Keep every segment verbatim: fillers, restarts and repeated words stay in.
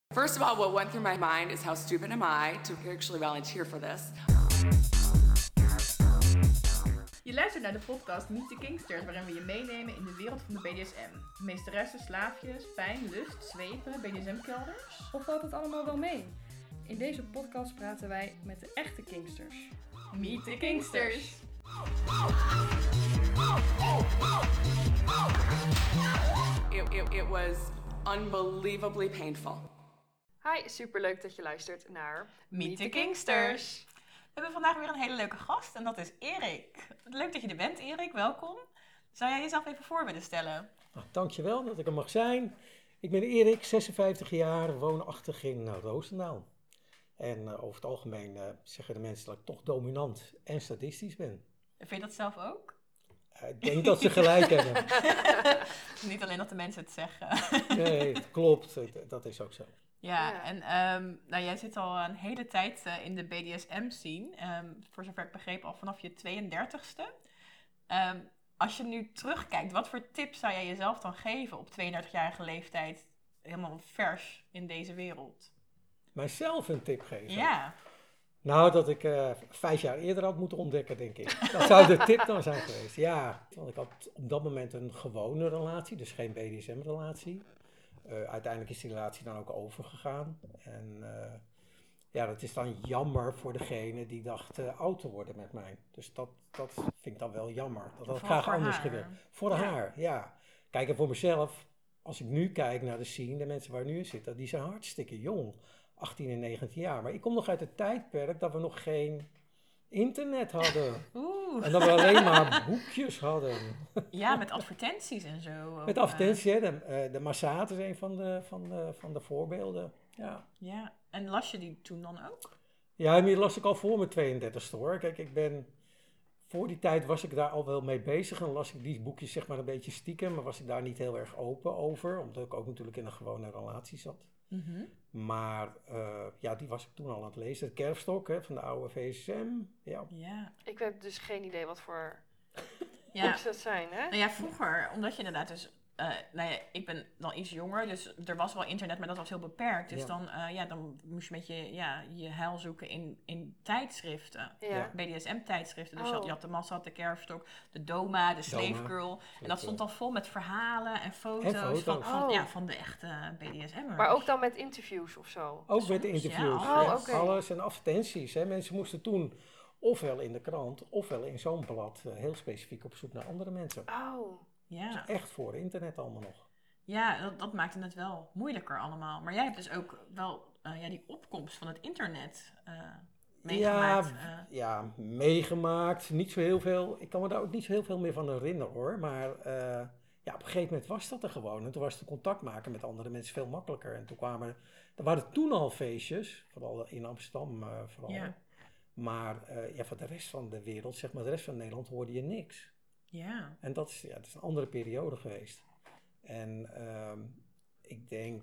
First of all, what went through my mind is how stupid am I to actually volunteer for this. Je luistert naar de podcast Meet the Kingsters, waarin we je meenemen in de wereld van de B D S M. Meesteressen, slaafjes, pijn, lust, zwepen, B D S M-kelders. Of valt het allemaal wel mee? In deze podcast praten wij met de echte Kingsters. Meet the Kingsters! It, it, it was unbelievably painful. Hi, superleuk dat je luistert naar Meet the Kingsters! We hebben vandaag weer een hele leuke gast en dat is Erik. Leuk dat je er bent, Erik. Welkom. Zou jij jezelf even voor willen stellen? Nou, dankjewel dat ik er mag zijn. Ik ben Erik, zesenvijftig jaar, woonachtig in uh, Roosendaal. En uh, over het algemeen uh, zeggen de mensen dat ik toch dominant en statistisch ben. Vind je dat zelf ook? Uh, ik denk dat ze gelijk hebben. Niet alleen dat de mensen het zeggen. Nee, het klopt. Het, dat is ook zo. Ja, Ja. en um, nou, jij zit al een hele tijd uh, in de B D S M-scene. Um, voor zover ik begreep al vanaf je tweeëndertigste. Um, als je nu terugkijkt, wat voor tips zou jij jezelf dan geven op tweeëndertigjarige leeftijd? Helemaal vers in deze wereld. Mijzelf een tip geven? Ja. Nou, dat ik uh, vijf jaar eerder had moeten ontdekken, denk ik. Dat zou de tip dan zijn geweest. Ja, want ik had op dat moment een gewone relatie, dus geen B D S M-relatie. Uh, uiteindelijk is die relatie dan ook overgegaan. En uh, ja, dat is dan jammer voor degene die dacht uh, oud te worden met mij. Dus dat, dat vind ik dan wel jammer. Dat had ik graag voor anders haar. gewild. Voor Ja. haar, ja. Kijk, en voor mezelf, als ik nu kijk naar de scene, de mensen waar nu in zitten, die zijn hartstikke jong. achttien en negentien jaar. Maar ik kom nog uit het tijdperk dat we nog geen internet hadden. Oeh. En dat we alleen maar boekjes hadden. Ja, met advertenties en zo. Met Ook, advertenties, hè. De, uh, de Massaat is een van de, van de, van de voorbeelden. Ja. Uh, ja, en las je die toen dan ook? Ja, die las ik al voor mijn tweeëndertigste hoor. Kijk, ik ben... Voor die tijd was ik daar al wel mee bezig en las ik die boekjes zeg maar een beetje stiekem. Maar was ik daar niet heel erg open over. Omdat ik ook natuurlijk in een gewone relatie zat. Mm-hmm. Maar uh, ja, die was ik toen al aan het lezen. De Kerfstok hè, van de oude V S M. Ja. Ja. Ik heb dus geen idee wat voor Ja. boekjes dat zijn, hè? Nou ja, vroeger, omdat je inderdaad dus... Uh, nou ja, ik ben dan iets jonger, dus er was wel internet, maar dat was heel beperkt. Dus Ja. dan, uh, ja, dan moest je met je, ja, je heil zoeken in, in tijdschriften. Ja. Ja. B D S M-tijdschriften. Dus Oh. je, had, je had de Massad, de Kerfstok, de Doma, de Slave Doma. Girl. En dat stond dan vol met verhalen en foto's, En foto's. Van, van, Oh. ja, van de echte B D S M'ers. Maar ook dan met interviews of zo? Ook met de Soms, interviews. ja. Oh, ja. oké. Alles en advertenties. Hè. Mensen moesten toen ofwel in de krant, ofwel in zo'n blad uh, heel specifiek op zoek naar andere mensen. Oh. Ja, Echt voor internet allemaal nog. ja dat, dat maakte het wel moeilijker allemaal. Maar jij hebt dus ook wel uh, ja, die opkomst van het internet uh, meegemaakt. Ja, uh. ja, meegemaakt. Niet zo heel veel. Ik kan me daar ook niet zo heel veel meer van herinneren hoor. Maar uh, ja, op een gegeven moment was dat er gewoon. En toen was de contact maken met andere mensen veel makkelijker. En toen kwamen er waren toen al feestjes. Vooral in Amsterdam uh, vooral. Ja. Maar uh, ja, voor de rest van de wereld, zeg maar de rest van Nederland, hoorde je niks. Ja. En dat is, ja, dat is een andere periode geweest. En uh, ik denk,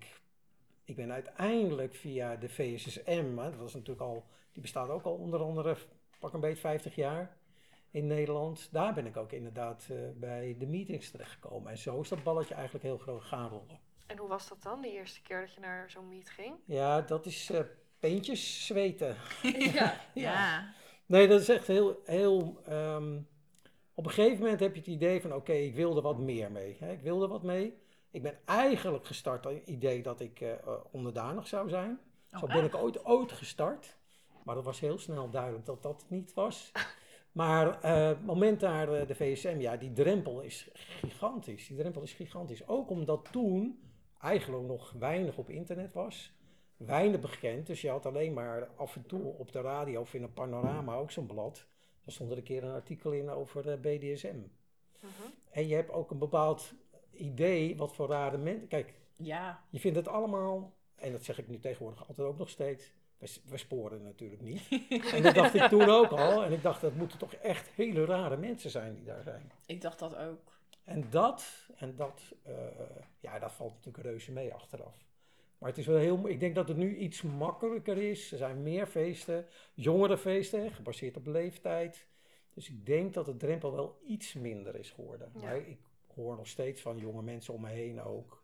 ik ben uiteindelijk via de V S S M, hè, dat was natuurlijk al, die bestaat ook al onder andere pak een beetje vijftig jaar in Nederland. Daar ben ik ook inderdaad uh, bij de meetings terechtgekomen. En zo is dat balletje eigenlijk heel groot gaan rollen. En hoe was dat dan, de eerste keer dat je naar zo'n meet ging? Ja, dat is uh, peentjes zweten. Ja. Ja. Nee, dat is echt heel, heel um, op een gegeven moment heb je het idee van oké, okay, ik wil er wat meer mee. Hè? Ik wil er wat mee. Ik ben eigenlijk gestart aan het idee dat ik uh, onderdanig zou zijn. Oh, Zo ben echt? ik ooit, ooit gestart. Maar dat was heel snel duidelijk dat dat niet was. Maar uh, het moment daar uh, de V S M, ja, die drempel is gigantisch. Die drempel is gigantisch. Ook omdat toen eigenlijk nog weinig op internet was. Weinig bekend. Dus je had alleen maar af en toe op de radio of in een panorama ook zo'n blad. Daar stond er een keer een artikel in over uh, B D S M. Mm-hmm. En je hebt ook een bepaald idee wat voor rare mensen... Kijk, Ja. je vindt het allemaal... En dat zeg ik nu tegenwoordig altijd ook nog steeds. We, we sporen natuurlijk niet. En dat dacht ik toen ook al. En ik dacht, dat moeten toch echt hele rare mensen zijn die daar zijn. Ik dacht dat ook. En dat, en dat, uh, ja, dat valt natuurlijk reuze mee achteraf. Maar het is wel heel, ik denk dat het nu iets makkelijker is. Er zijn meer feesten, jongere feesten, gebaseerd op leeftijd. Dus ik denk dat de drempel wel iets minder is geworden. Ja. Maar ik hoor nog steeds van jonge mensen om me heen ook.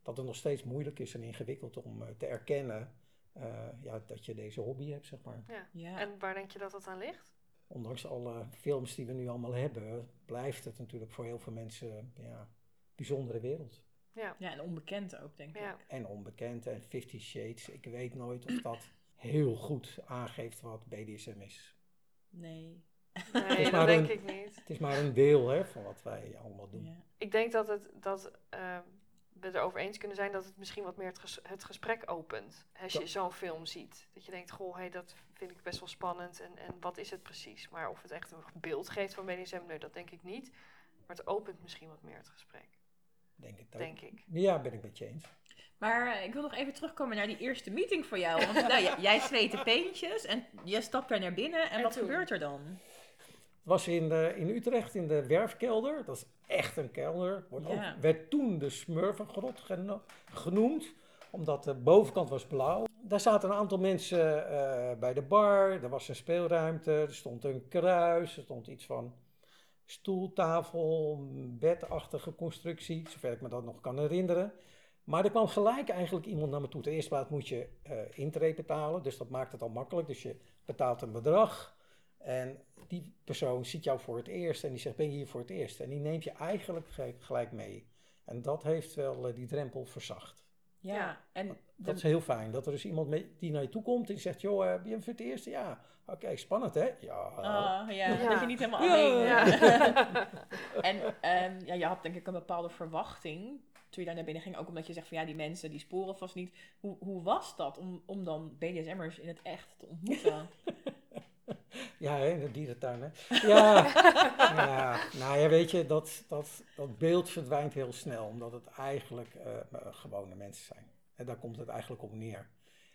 dat het nog steeds moeilijk is en ingewikkeld om uh, te erkennen uh, ja, dat je deze hobby hebt, zeg maar. Ja. Ja. En waar denk je dat dat aan ligt? Ondanks alle films die we nu allemaal hebben, blijft het natuurlijk voor heel veel mensen ja, een bijzondere wereld. Ja. Ja, en onbekend ook, denk Ja. ik. En onbekend en Fifty Shades. Ik weet nooit of dat heel goed aangeeft wat B D S M is. Nee. Nee, is dat maar denk een- ik niet. Het is maar een deel hè, van wat wij allemaal doen. Ja. Ik denk dat, het, dat uh, we het erover eens kunnen zijn dat het misschien wat meer het, ges- het gesprek opent. Als je Ja. zo'n film ziet. Dat je denkt, goh, hey, dat vind ik best wel spannend. En, en wat is het precies? Maar of het echt een beeld geeft van B D S M, nee, dat denk ik niet. Maar het opent misschien wat meer het gesprek, Denk ik, dat. denk ik. Ja, ben ik met je eens. Maar uh, ik wil nog even terugkomen naar die eerste meeting voor jou. Want nou, j- jij zweet de peentjes en je stapt daar naar binnen. En, En wat toen? gebeurt er dan? Het was in, uh, in Utrecht in de Werfkelder. Dat is echt een kelder. Wordt Ja. ook, werd toen de Smurfengrot geno- genoemd. Omdat de bovenkant was blauw. Daar zaten een aantal mensen uh, bij de bar. Er was een speelruimte. Er stond een kruis. Er stond iets van stoeltafel, bedachtige constructie. Zover ik me dat nog kan herinneren. Maar er kwam gelijk eigenlijk iemand naar me toe. Ten eerste plaats moet je uh, intree betalen. Dus dat maakt het al makkelijk. Dus je betaalt een bedrag. En die persoon ziet jou voor het eerst en die zegt, ben je hier voor het eerst? En die neemt je eigenlijk gelijk mee. En dat heeft wel uh, die drempel verzacht. Ja, Ja. en de- Dat is heel fijn. Dat er dus iemand mee, die naar je toe komt en die zegt, joh, uh, ben je voor het eerst? Ja. Oké, okay, spannend hè? Ja. Ah, ja, Ja. dat je niet helemaal Ja. alleen... Ja. En um, ja, je had denk ik een bepaalde verwachting toen je daar naar binnen ging. Ook omdat je zegt van ja, die mensen die sporen vast niet. Hoe, hoe was dat om, om dan B D S M'ers in het echt te ontmoeten? Ja, hè, in de dierentuin, hè? Ja, ja, nou ja, weet je, dat, dat, dat beeld verdwijnt heel snel, omdat het eigenlijk uh, gewone mensen zijn. En daar komt het eigenlijk op neer.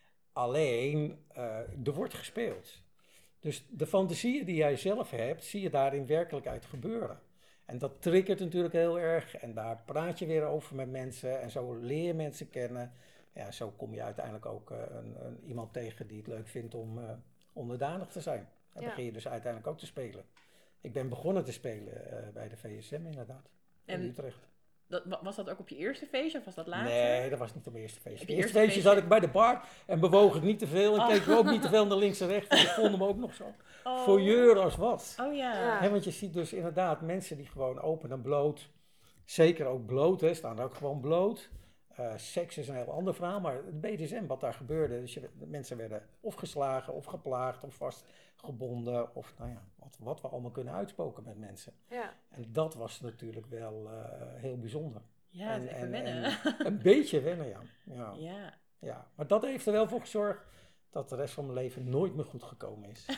Alleen, uh, er wordt gespeeld. Dus de fantasieën die jij zelf hebt, zie je daar in werkelijkheid gebeuren. En dat triggert natuurlijk heel erg en daar praat je weer over met mensen en zo leer je mensen kennen. Ja, zo kom je uiteindelijk ook uh, een, een, iemand tegen die het leuk vindt om uh, onderdanig te zijn. En Ja. begin je dus uiteindelijk ook te spelen. Ik ben begonnen te spelen uh, bij de V S M inderdaad, in En Utrecht. Dat, was dat ook op je eerste feestje of was dat later? Nee, dat was niet op mijn eerste feestje. Op Op je het eerste eerste feestje feestje? zat ik bij de bar en bewoog ik niet te veel en Oh. keek ook niet te veel naar links en rechts. En ik vond hem ook nog zo Oh. voyeur als wat. Oh ja. Ja. He, want je ziet dus inderdaad mensen die gewoon open en bloot, zeker ook bloot, hè, staan er ook gewoon bloot. Uh, seks is een heel ander verhaal, maar het B D S M wat daar gebeurde, dus je, de mensen werden of geslagen of geplaagd of vastgebonden of nou ja, wat, wat we allemaal kunnen uitspoken met mensen. Ja. En dat was natuurlijk wel uh, heel bijzonder. Ja, het is even en, wennen. en een beetje wennen, ja. Ja, Ja. ja. Maar dat heeft er wel voor gezorgd dat de rest van mijn leven nooit meer goed gekomen is.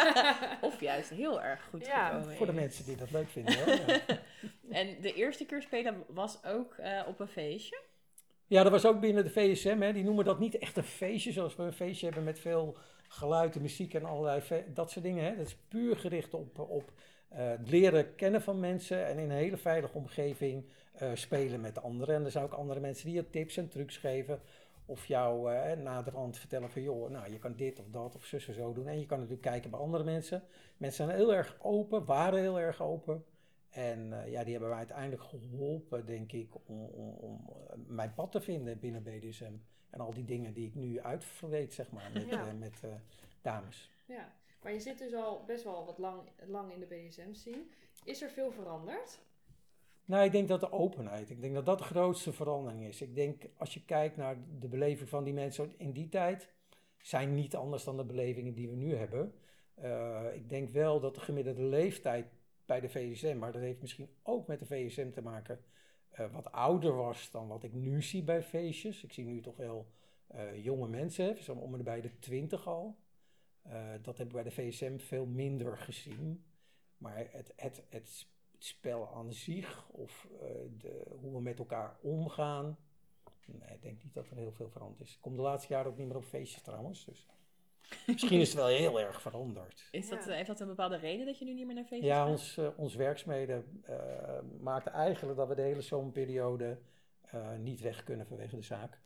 Of juist heel erg goed Ja, gekomen Voor de is. mensen die dat leuk vinden. Hè? Ja. En de eerste keer spelen was ook uh, op een feestje? Ja, dat was ook binnen de V S M. Hè. Die noemen dat niet echt een feestje, zoals we een feestje hebben met veel geluid en muziek en allerlei fe- dat soort dingen. Hè. Dat is puur gericht op, op uh, het leren kennen van mensen en in een hele veilige omgeving uh, spelen met anderen. En er zijn ook andere mensen die je tips en trucs geven. Of jou uh, naderhand vertellen van, joh, nou, je kan dit of dat of zus en zo doen. En je kan natuurlijk kijken bij andere mensen. Mensen zijn heel erg open, waren heel erg open. En uh, ja, die hebben mij uiteindelijk geholpen, denk ik, om, om, om uh, mijn pad te vinden binnen B D S M. En al die dingen die ik nu uitverweet, zeg maar, met, Ja. uh, met uh, dames. Ja, maar je zit dus al best wel wat lang, lang in de B D S M-scene. Is er veel veranderd? Nou, ik denk dat de openheid, ik denk dat dat de grootste verandering is. Ik denk, als je kijkt naar de beleving van die mensen in die tijd, zijn niet anders dan de belevingen die we nu hebben. Uh, ik denk wel dat de gemiddelde leeftijd bij de V S M, maar dat heeft misschien ook met de V S M te maken, uh, wat ouder was dan wat ik nu zie bij feestjes. Ik zie nu toch wel uh, jonge mensen, zo'n om en bij de twintig al. Uh, dat hebben we bij de V S M veel minder gezien. Maar het, het, het spel aan zich, of uh, de, hoe we met elkaar omgaan, nee, ik denk niet dat er heel veel veranderd is. Ik kom de laatste jaren ook niet meer op feestjes trouwens, dus misschien is het wel heel erg veranderd. Is dat, Ja. uh, heeft dat een bepaalde reden dat je nu niet meer naar feestjes Ja, gaat? ons, uh, ons werkzaamheden uh, maakten eigenlijk dat we de hele zomerperiode uh, niet weg kunnen vanwege de zaak.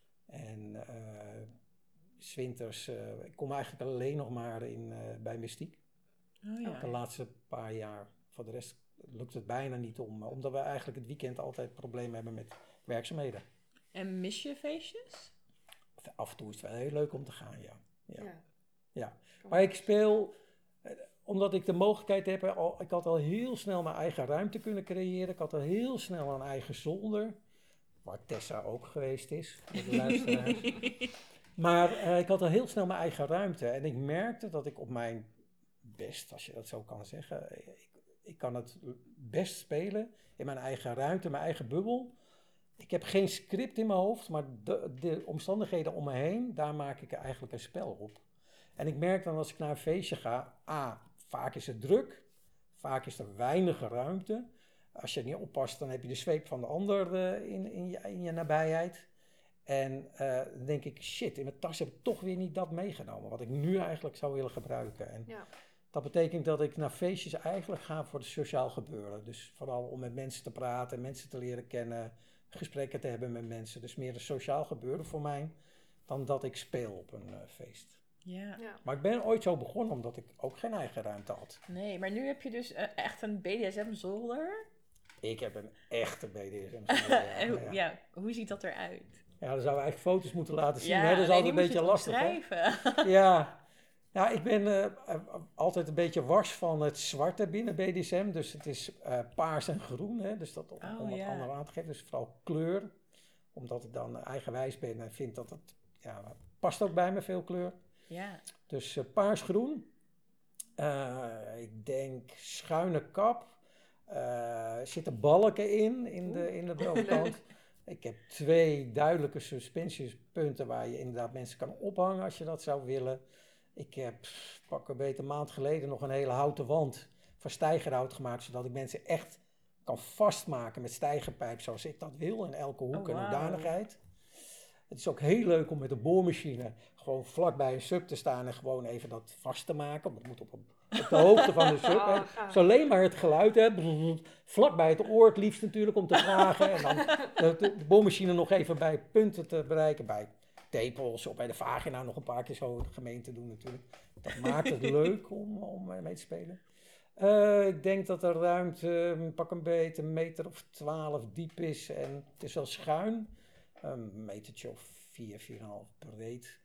En uh, 's winters, uh, ik kom eigenlijk alleen nog maar in, uh, bij Mystiek. Oh, ja. De laatste paar jaar. Voor de rest lukt het bijna niet om, omdat we eigenlijk het weekend altijd problemen hebben met werkzaamheden. En mis je feestjes? Af en toe is het wel heel leuk om te gaan, ja. Ja. Ja. Ja. Kan Maar ik speel, eh, omdat ik de mogelijkheid heb, eh, al, ik had al heel snel mijn eigen ruimte kunnen creëren. Ik had al heel snel een eigen zolder, waar Tessa ook geweest is, voor de luisteraars. Maar eh, ik had al heel snel mijn eigen ruimte en ik merkte dat ik op mijn best, als je dat zo kan zeggen, ik, ik kan het best spelen in mijn eigen ruimte, mijn eigen bubbel. Ik heb geen script in mijn hoofd, maar de, de omstandigheden om me heen, daar maak ik eigenlijk een spel op. En ik merk dan als ik naar een feestje ga, a, vaak is het druk, vaak is er weinig ruimte. Als je niet oppast, dan heb je de zweep van de ander uh, in, in, je, in je nabijheid. En uh, dan denk ik, shit, in mijn tas heb ik toch weer niet dat meegenomen, wat ik nu eigenlijk zou willen gebruiken. En Ja. dat betekent dat ik naar feestjes eigenlijk ga voor het sociaal gebeuren. Dus vooral om met mensen te praten, mensen te leren kennen, gesprekken te hebben met mensen. Dus meer een sociaal gebeuren voor mij dan dat ik speel op een uh, feest. Ja. Ja. Maar ik ben ooit zo begonnen omdat ik ook geen eigen ruimte had. Nee, maar nu heb je dus uh, echt een B D S M-zolder. Ik heb een echte B D S M. Ja, En hoe- ja. ja, hoe ziet dat eruit? Ja, dan zouden we eigenlijk foto's moeten laten zien. Ja, hè? Dat is nee, altijd nu een moet je beetje het lastig. Hè? omschrijven. Ja. Ja, ik ben uh, uh, altijd een beetje wars van het zwarte binnen B D S M. Dus het is uh, paars en groen. Hè? Dus dat om, Oh, om wat ja. andere aan te geven. Dus vooral kleur. Omdat ik dan uh, eigenwijs ben en vind dat het... Ja, past ook bij me, veel kleur. Ja. Dus uh, paars-groen. Uh, ik denk schuine kap. Uh, er zitten balken in, in de, in de bovenkant. Ik heb twee duidelijke suspensiepunten waar je inderdaad mensen kan ophangen als je dat zou willen. Ik heb pak een beetje een maand geleden nog een hele houten wand van stijgerhout gemaakt, zodat ik mensen echt kan vastmaken met stijgerpijp zoals ik dat wil, in elke hoek Oh, en wauw. hoedanigheid. Het is ook heel leuk om met een boormachine gewoon vlakbij een sub te staan en gewoon even dat vast te maken. Dat moet op, op de hoogte van de sub. Oh, hè. gaaf. Dus alleen maar het geluid, hè. Vlakbij het oor het liefst natuurlijk om te vragen. En dan de, de, de boormachine nog even bij punten te bereiken, bij tepels of bij de vagina nog een paar keer zo gemeen te doen natuurlijk. Dat maakt het leuk om, om mee te spelen. Uh, ik denk dat de ruimte pak een beetje een meter of twaalf diep is en het is wel schuin. Een metertje of vier, vier en een half breed.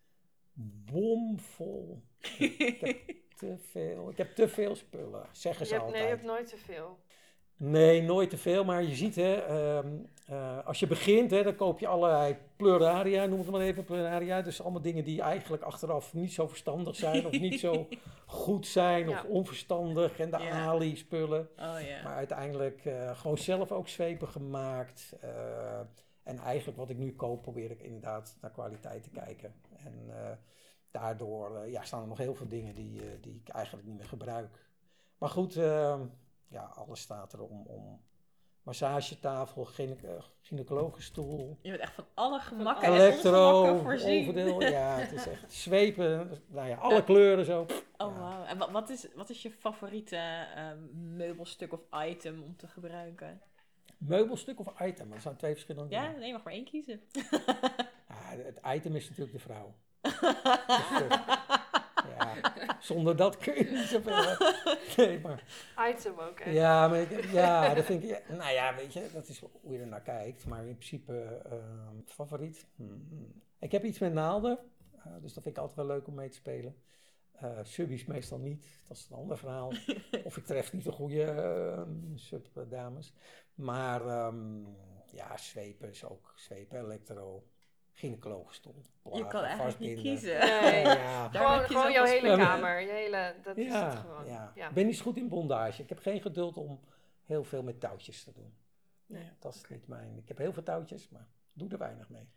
Bomvol. Ik heb te veel. Ik heb te veel spullen, zeggen Je ze hebt, nee, altijd. je hebt nooit te veel. Nee, nooit te veel. Maar je ziet, hè, um, uh, als je begint, hè, dan koop je allerlei pleuraria, noem ik het maar even, pleuraria. Dus allemaal dingen die eigenlijk achteraf niet zo verstandig zijn of niet zo goed zijn Ja. of onverstandig. En de Ja. Ali-spullen. Oh ja. Maar uiteindelijk uh, gewoon zelf ook zwepen gemaakt. Uh, en eigenlijk wat ik nu koop, probeer ik inderdaad naar kwaliteit te kijken. En uh, daardoor uh, ja, staan er nog heel veel dingen die, uh, die ik eigenlijk niet meer gebruik. Maar goed, uh, ja, alles staat er om. om massagetafel, gyne- uh, gynaecologenstoel, Je bent echt van alle gemakken en elektro, ongemakken voorzien. overdeel. Ja, het is echt zwepen. Nou ja, alle kleuren zo. Oh, Ja. wauw. En wa- wat is, wat is je favoriete um, meubelstuk of item om te gebruiken? Meubelstuk of item? Dat zijn twee verschillende Ja, dingen. nee, je mag maar één kiezen. Ja, het item is natuurlijk de vrouw. Dus, uh, ja, zonder dat kun je niet zoveel. Nee, maar, Item ook, hè? ja, maar ik- ja, dat vind ik. ja, Nou ja, weet je, dat is hoe je er naar kijkt. Maar in principe, uh, favoriet. Hmm. Ik heb iets met naalden. Uh, dus dat vind ik altijd wel leuk om mee te spelen. Uh, subbies meestal niet. Dat is een ander verhaal. Of ik tref niet de goede uh, subdames. Maar um, ja, zwepen is ook. Zwepen, elektro, gynaecologenstoel. Je plagen, kan eigenlijk niet vastbinden. kiezen. Nee. Ja, Daar Gewoon, heb je gewoon jouw zoveel hele spullen. kamer. Je hele, dat is ja, het gewoon. ja. Ja. Ik ben niet zo goed in bondage. Ik heb geen geduld om heel veel met touwtjes te doen. Nee. Dat is niet mijn... Ik heb heel veel touwtjes, maar doe er weinig mee.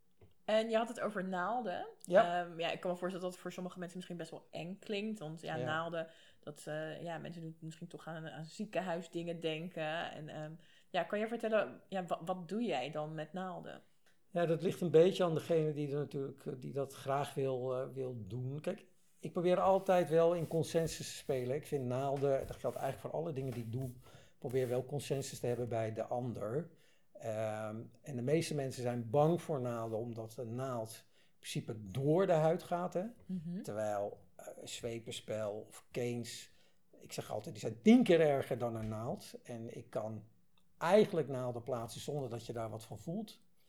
En je had het over naalden. Ja. Um, ja, ik kan me voorstellen dat het voor sommige mensen misschien best wel eng klinkt. Want ja, Ja. naalden, dat, uh, ja, mensen doen misschien toch aan, aan ziekenhuisdingen denken. En um, ja, kan je vertellen, ja, wat, wat doe jij dan met naalden? Ja, dat ligt een beetje aan degene die, er natuurlijk, die dat graag wil, uh, wil doen. Kijk, ik probeer altijd wel in consensus te spelen. Ik vind naalden, dat geldt eigenlijk voor alle dingen die ik doe, probeer wel consensus te hebben bij de ander. Um, en de meeste mensen zijn bang voor naalden, omdat een naald in principe door de huid gaat. Hè? Mm-hmm. Terwijl uh, zwepenspel of canes, ik zeg altijd, die zijn tien keer erger dan een naald. En ik kan eigenlijk naalden plaatsen zonder dat je daar wat van voelt.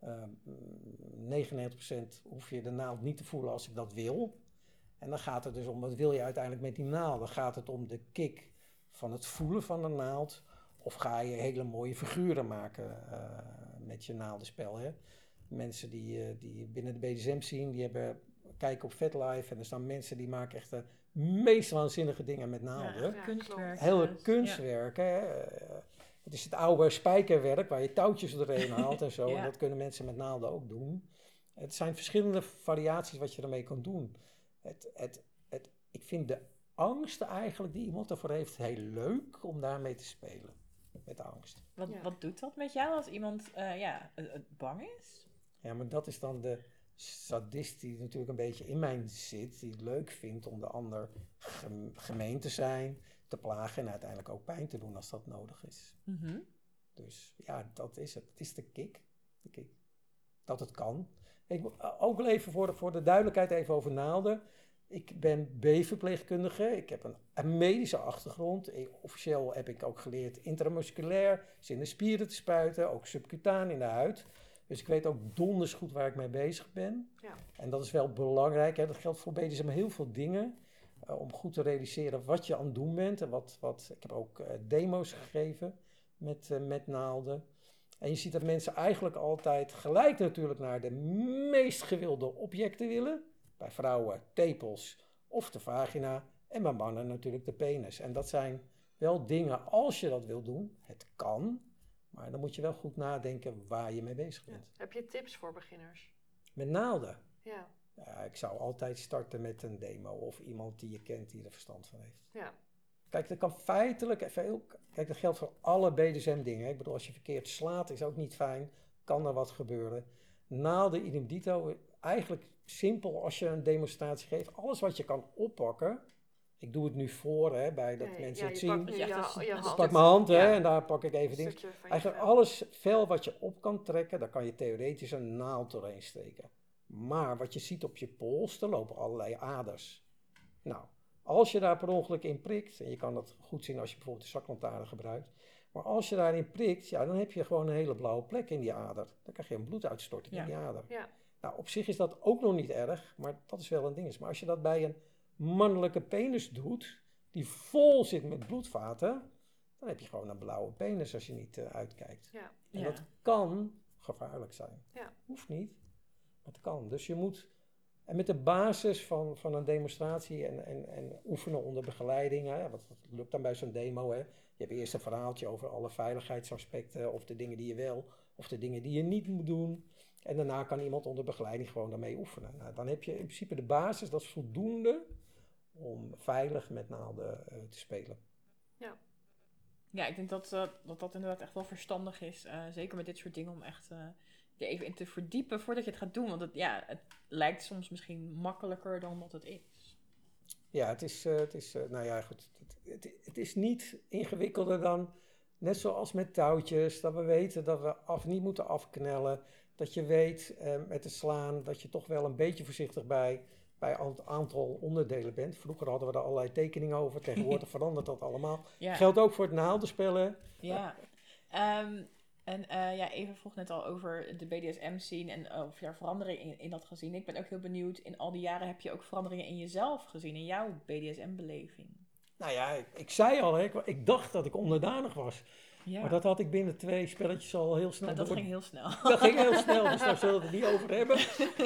Uh, negenennegentig procent hoef je de naald niet te voelen als ik dat wil. En dan gaat het dus om, wat wil je uiteindelijk met die naald? Dan gaat het om de kick van het voelen van de naald. Of ga je hele mooie figuren maken uh, met je naaldenspel. Hè? Mensen die, uh, die binnen de B D S M zien, die hebben, kijken op FetLife. En er staan mensen die maken echt de meest waanzinnige dingen met naalden. Ja, kunstwerk. Hele kunstwerken. Ja. Hè? Uh, het is het oude spijkerwerk waar je touwtjes doorheen haalt en zo. Ja. En dat kunnen mensen met naalden ook doen. Het zijn verschillende variaties wat je ermee kan doen. Het, het, het, ik vind de angst eigenlijk die iemand ervoor heeft heel leuk om daarmee te spelen. Met angst. Wat, Ja. wat doet dat met jou als iemand uh, ja, uh, bang is? Ja, maar dat is dan de sadist die natuurlijk een beetje in mij zit. Die het leuk vindt om de ander gem- gemeen te zijn, te plagen en uiteindelijk ook pijn te doen als dat nodig is. Mm-hmm. Dus ja, dat is het. Het is de kick. De kick. Dat het kan. Ik, ook wel even voor de, voor de duidelijkheid even over naalden. Ik ben B-verpleegkundige. Ik heb een, een medische achtergrond. Ik, officieel heb ik ook geleerd intramusculair, dus in de spieren te spuiten, ook subcutaan in de huid. Dus ik weet ook donders goed waar ik mee bezig ben. Ja. En dat is wel belangrijk. Hè. Dat geldt voor B D S M heel veel dingen. Uh, om goed te realiseren wat je aan het doen bent. En wat, wat, ik heb ook uh, demo's gegeven met, uh, met naalden. En je ziet dat mensen eigenlijk altijd gelijk natuurlijk naar de meest gewilde objecten willen. Bij vrouwen tepels of de vagina. En bij mannen natuurlijk de penis. En dat zijn wel dingen, als je dat wil doen, het kan. Maar dan moet je wel goed nadenken waar je mee bezig bent. Ja. Heb je tips voor beginners? Met naalden? Ja. Ja, ik zou altijd starten met een demo of iemand die je kent die er verstand van heeft. Ja. Kijk, dat kan feitelijk even heel... Kijk, dat geldt voor alle B D S M dingen. Ik bedoel, als je verkeerd slaat is ook niet fijn. Kan er wat gebeuren. Naalden, idem dito, eigenlijk simpel als je een demonstratie geeft. Alles wat je kan oppakken. Ik doe het nu voor, hè, bij dat Ja, mensen ja, het je zien. pakt nu Ja, je, echt ha- een- je een hand. Ik pak mijn hand, hè, Ja. en daar pak ik even Een dingen. stukje van je Eigenlijk vel. alles vel wat je op kan trekken, daar kan je theoretisch een naald doorheen steken. Maar wat je ziet op je pols, er lopen allerlei aders. Nou, als je daar per ongeluk in prikt, en je kan dat goed zien als je bijvoorbeeld de zaklantaarn gebruikt, maar als je daarin prikt, ja, dan heb je gewoon een hele blauwe plek in die ader. Dan krijg je een bloeduitstorting Ja. in die ader. Ja. Nou, op zich is dat ook nog niet erg, maar dat is wel een ding. Maar als je dat bij een mannelijke penis doet, die vol zit met bloedvaten, dan heb je gewoon een blauwe penis als je niet uh, uitkijkt. Ja. En Ja. dat kan gevaarlijk zijn. Ja. Hoeft niet, maar het kan. Dus je moet, en met de basis van, van een demonstratie en, en, en oefenen onder begeleiding, hè, wat, wat lukt dan bij zo'n demo, hè? Je hebt eerst een verhaaltje over alle veiligheidsaspecten, of de dingen die je wel, of de dingen die je niet moet doen. En daarna kan iemand onder begeleiding gewoon daarmee oefenen. Nou, dan heb je in principe de basis, dat is voldoende om veilig met naalden uh, te spelen. Ja, ik denk dat, uh, dat dat inderdaad echt wel verstandig is. Uh, zeker met dit soort dingen om echt uh, je even in te verdiepen voordat je het gaat doen. Want het, ja, het lijkt soms misschien makkelijker dan wat het is. Ja, het is, uh, het is uh, nou ja, goed. Het, het, het is niet ingewikkelder dan, net zoals met touwtjes, dat we weten dat we af, niet moeten afknellen. Dat je weet uh, met het slaan dat je toch wel een beetje voorzichtig bij, bij een aantal onderdelen bent. Vroeger hadden we er allerlei tekeningen over, tegenwoordig verandert dat allemaal. Ja. Geldt ook voor het naaldenspellen. Ja, um, en uh, ja, Eva vroeg net al over de B D S M-scene en uh, of je daar veranderingen in, in had gezien. Ik ben ook heel benieuwd, in al die jaren heb je ook veranderingen in jezelf gezien, in jouw B D S M-beleving? Nou ja, ik, ik zei al, hè, ik, ik dacht dat ik onderdanig was. Ja. Maar dat had ik binnen twee spelletjes al heel snel Nou, dat door. ging heel snel. Dat ging heel snel, dus daar zullen we het niet over hebben.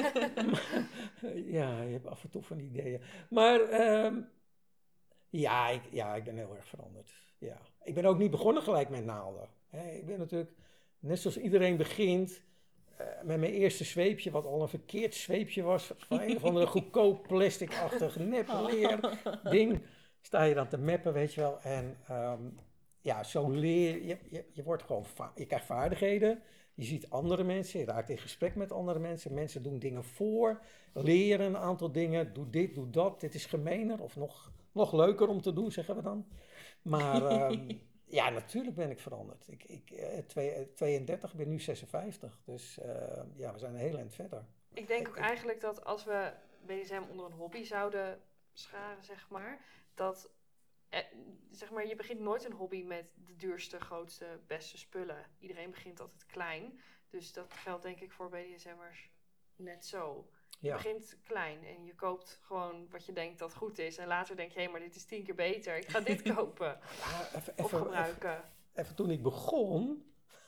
Ja, je hebt af en toe van die ideeën. Maar um, ja, ik, ja, ik ben heel erg veranderd. Ja. Ik ben ook niet begonnen gelijk met naalden. He, ik ben natuurlijk, net zoals iedereen begint, uh, met mijn eerste zweepje, wat al een verkeerd zweepje was, van een of andere goedkoop plastic-achtig nepleer ding, sta je dan te meppen, weet je wel. En um, ja, zo leer je, je, je wordt gewoon, va- je krijgt vaardigheden. Je ziet andere mensen, je raakt in gesprek met andere mensen. Mensen doen dingen voor, leren een aantal dingen. Doe dit, doe dat. Dit is gemener of nog, nog leuker om te doen, zeggen we dan. Maar um, ja, natuurlijk ben ik veranderd. Ik, ik uh, twee, tweeëndertig, ben nu zesenvijftig. Dus uh, ja, we zijn een heel eind verder. Ik denk ook eigenlijk dat als we B D S M onder een hobby zouden scharen, zeg maar, dat... Eh, zeg maar, je begint nooit een hobby met de duurste, grootste, beste spullen. Iedereen begint altijd klein. Dus dat geldt denk ik voor B D S M'ers net zo. Je Ja. begint klein en je koopt gewoon wat je denkt dat goed is. En later denk je, hé, maar dit is tien keer beter. Ik ga dit kopen Ja, even, of even, even, gebruiken. even toen ik begon,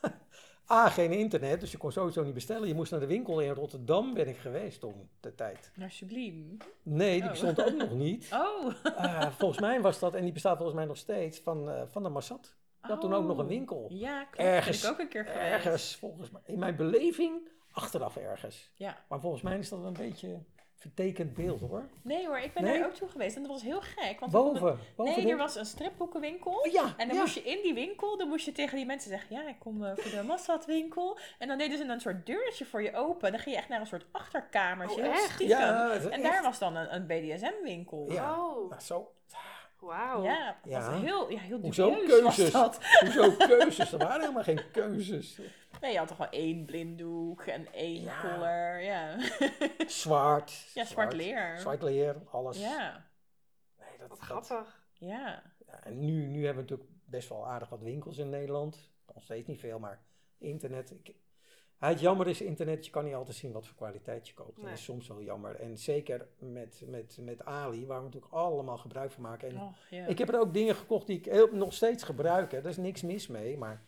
A, geen internet, dus je kon sowieso niet bestellen. Je moest naar de winkel in Rotterdam, ben ik geweest toen, de tijd. Naar Subliem. Nee, die Oh. bestond ook nog niet. Oh. Uh, volgens mij was dat, en die bestaat volgens mij nog steeds, van, uh, van de Massat. Die had toen ook nog een Oh. winkel. Ja, klopt. Ergens, Ben ik ook een keer geweest. Ergens, volgens mij, in mijn beleving, achteraf ergens. Ja. Maar volgens mij is dat een beetje een vertekend beeld hoor. Nee hoor, ik ben Nee? daar ook toe geweest. En dat was heel gek. Want we konden- Boven. boven Nee, de- er was een stripboekenwinkel. Oh, ja, En dan ja. moest je in die winkel, dan moest je tegen die mensen zeggen, ja, ik kom eh, voor de Massat winkel. En dan deden ze een soort deurtje voor je open. Dan ging je echt naar een soort achterkamertje. Oh, heel echt? stiekem. Ja, het is En echt- daar was dan een, een B D S M winkel. Ja. Oh, Nou, zo. wauw. Ja, dat Ja. was heel, ja, heel Hoezo dubieus keuzes? was dat. Hoezo keuzes? Er waren helemaal geen keuzes. Nee, je had toch wel één blinddoek en één Ja. collar. Ja, Zwart. ja zwart leer. Zwart leer, alles. Ja, Nee, dat, Wat dat- grappig. ja. ja, en nu, nu hebben we natuurlijk best wel aardig wat winkels in Nederland. Nog steeds niet veel, maar internet. Ik, ja, het jammer is, internet, je kan niet altijd zien wat voor kwaliteit je koopt. Nee. Dat is soms wel jammer. En zeker met, met, met Ali, waar we natuurlijk allemaal gebruik van maken. En Oh, ja. ik heb er ook dingen gekocht die ik heel, nog steeds gebruik. Hè. Daar is niks mis mee, maar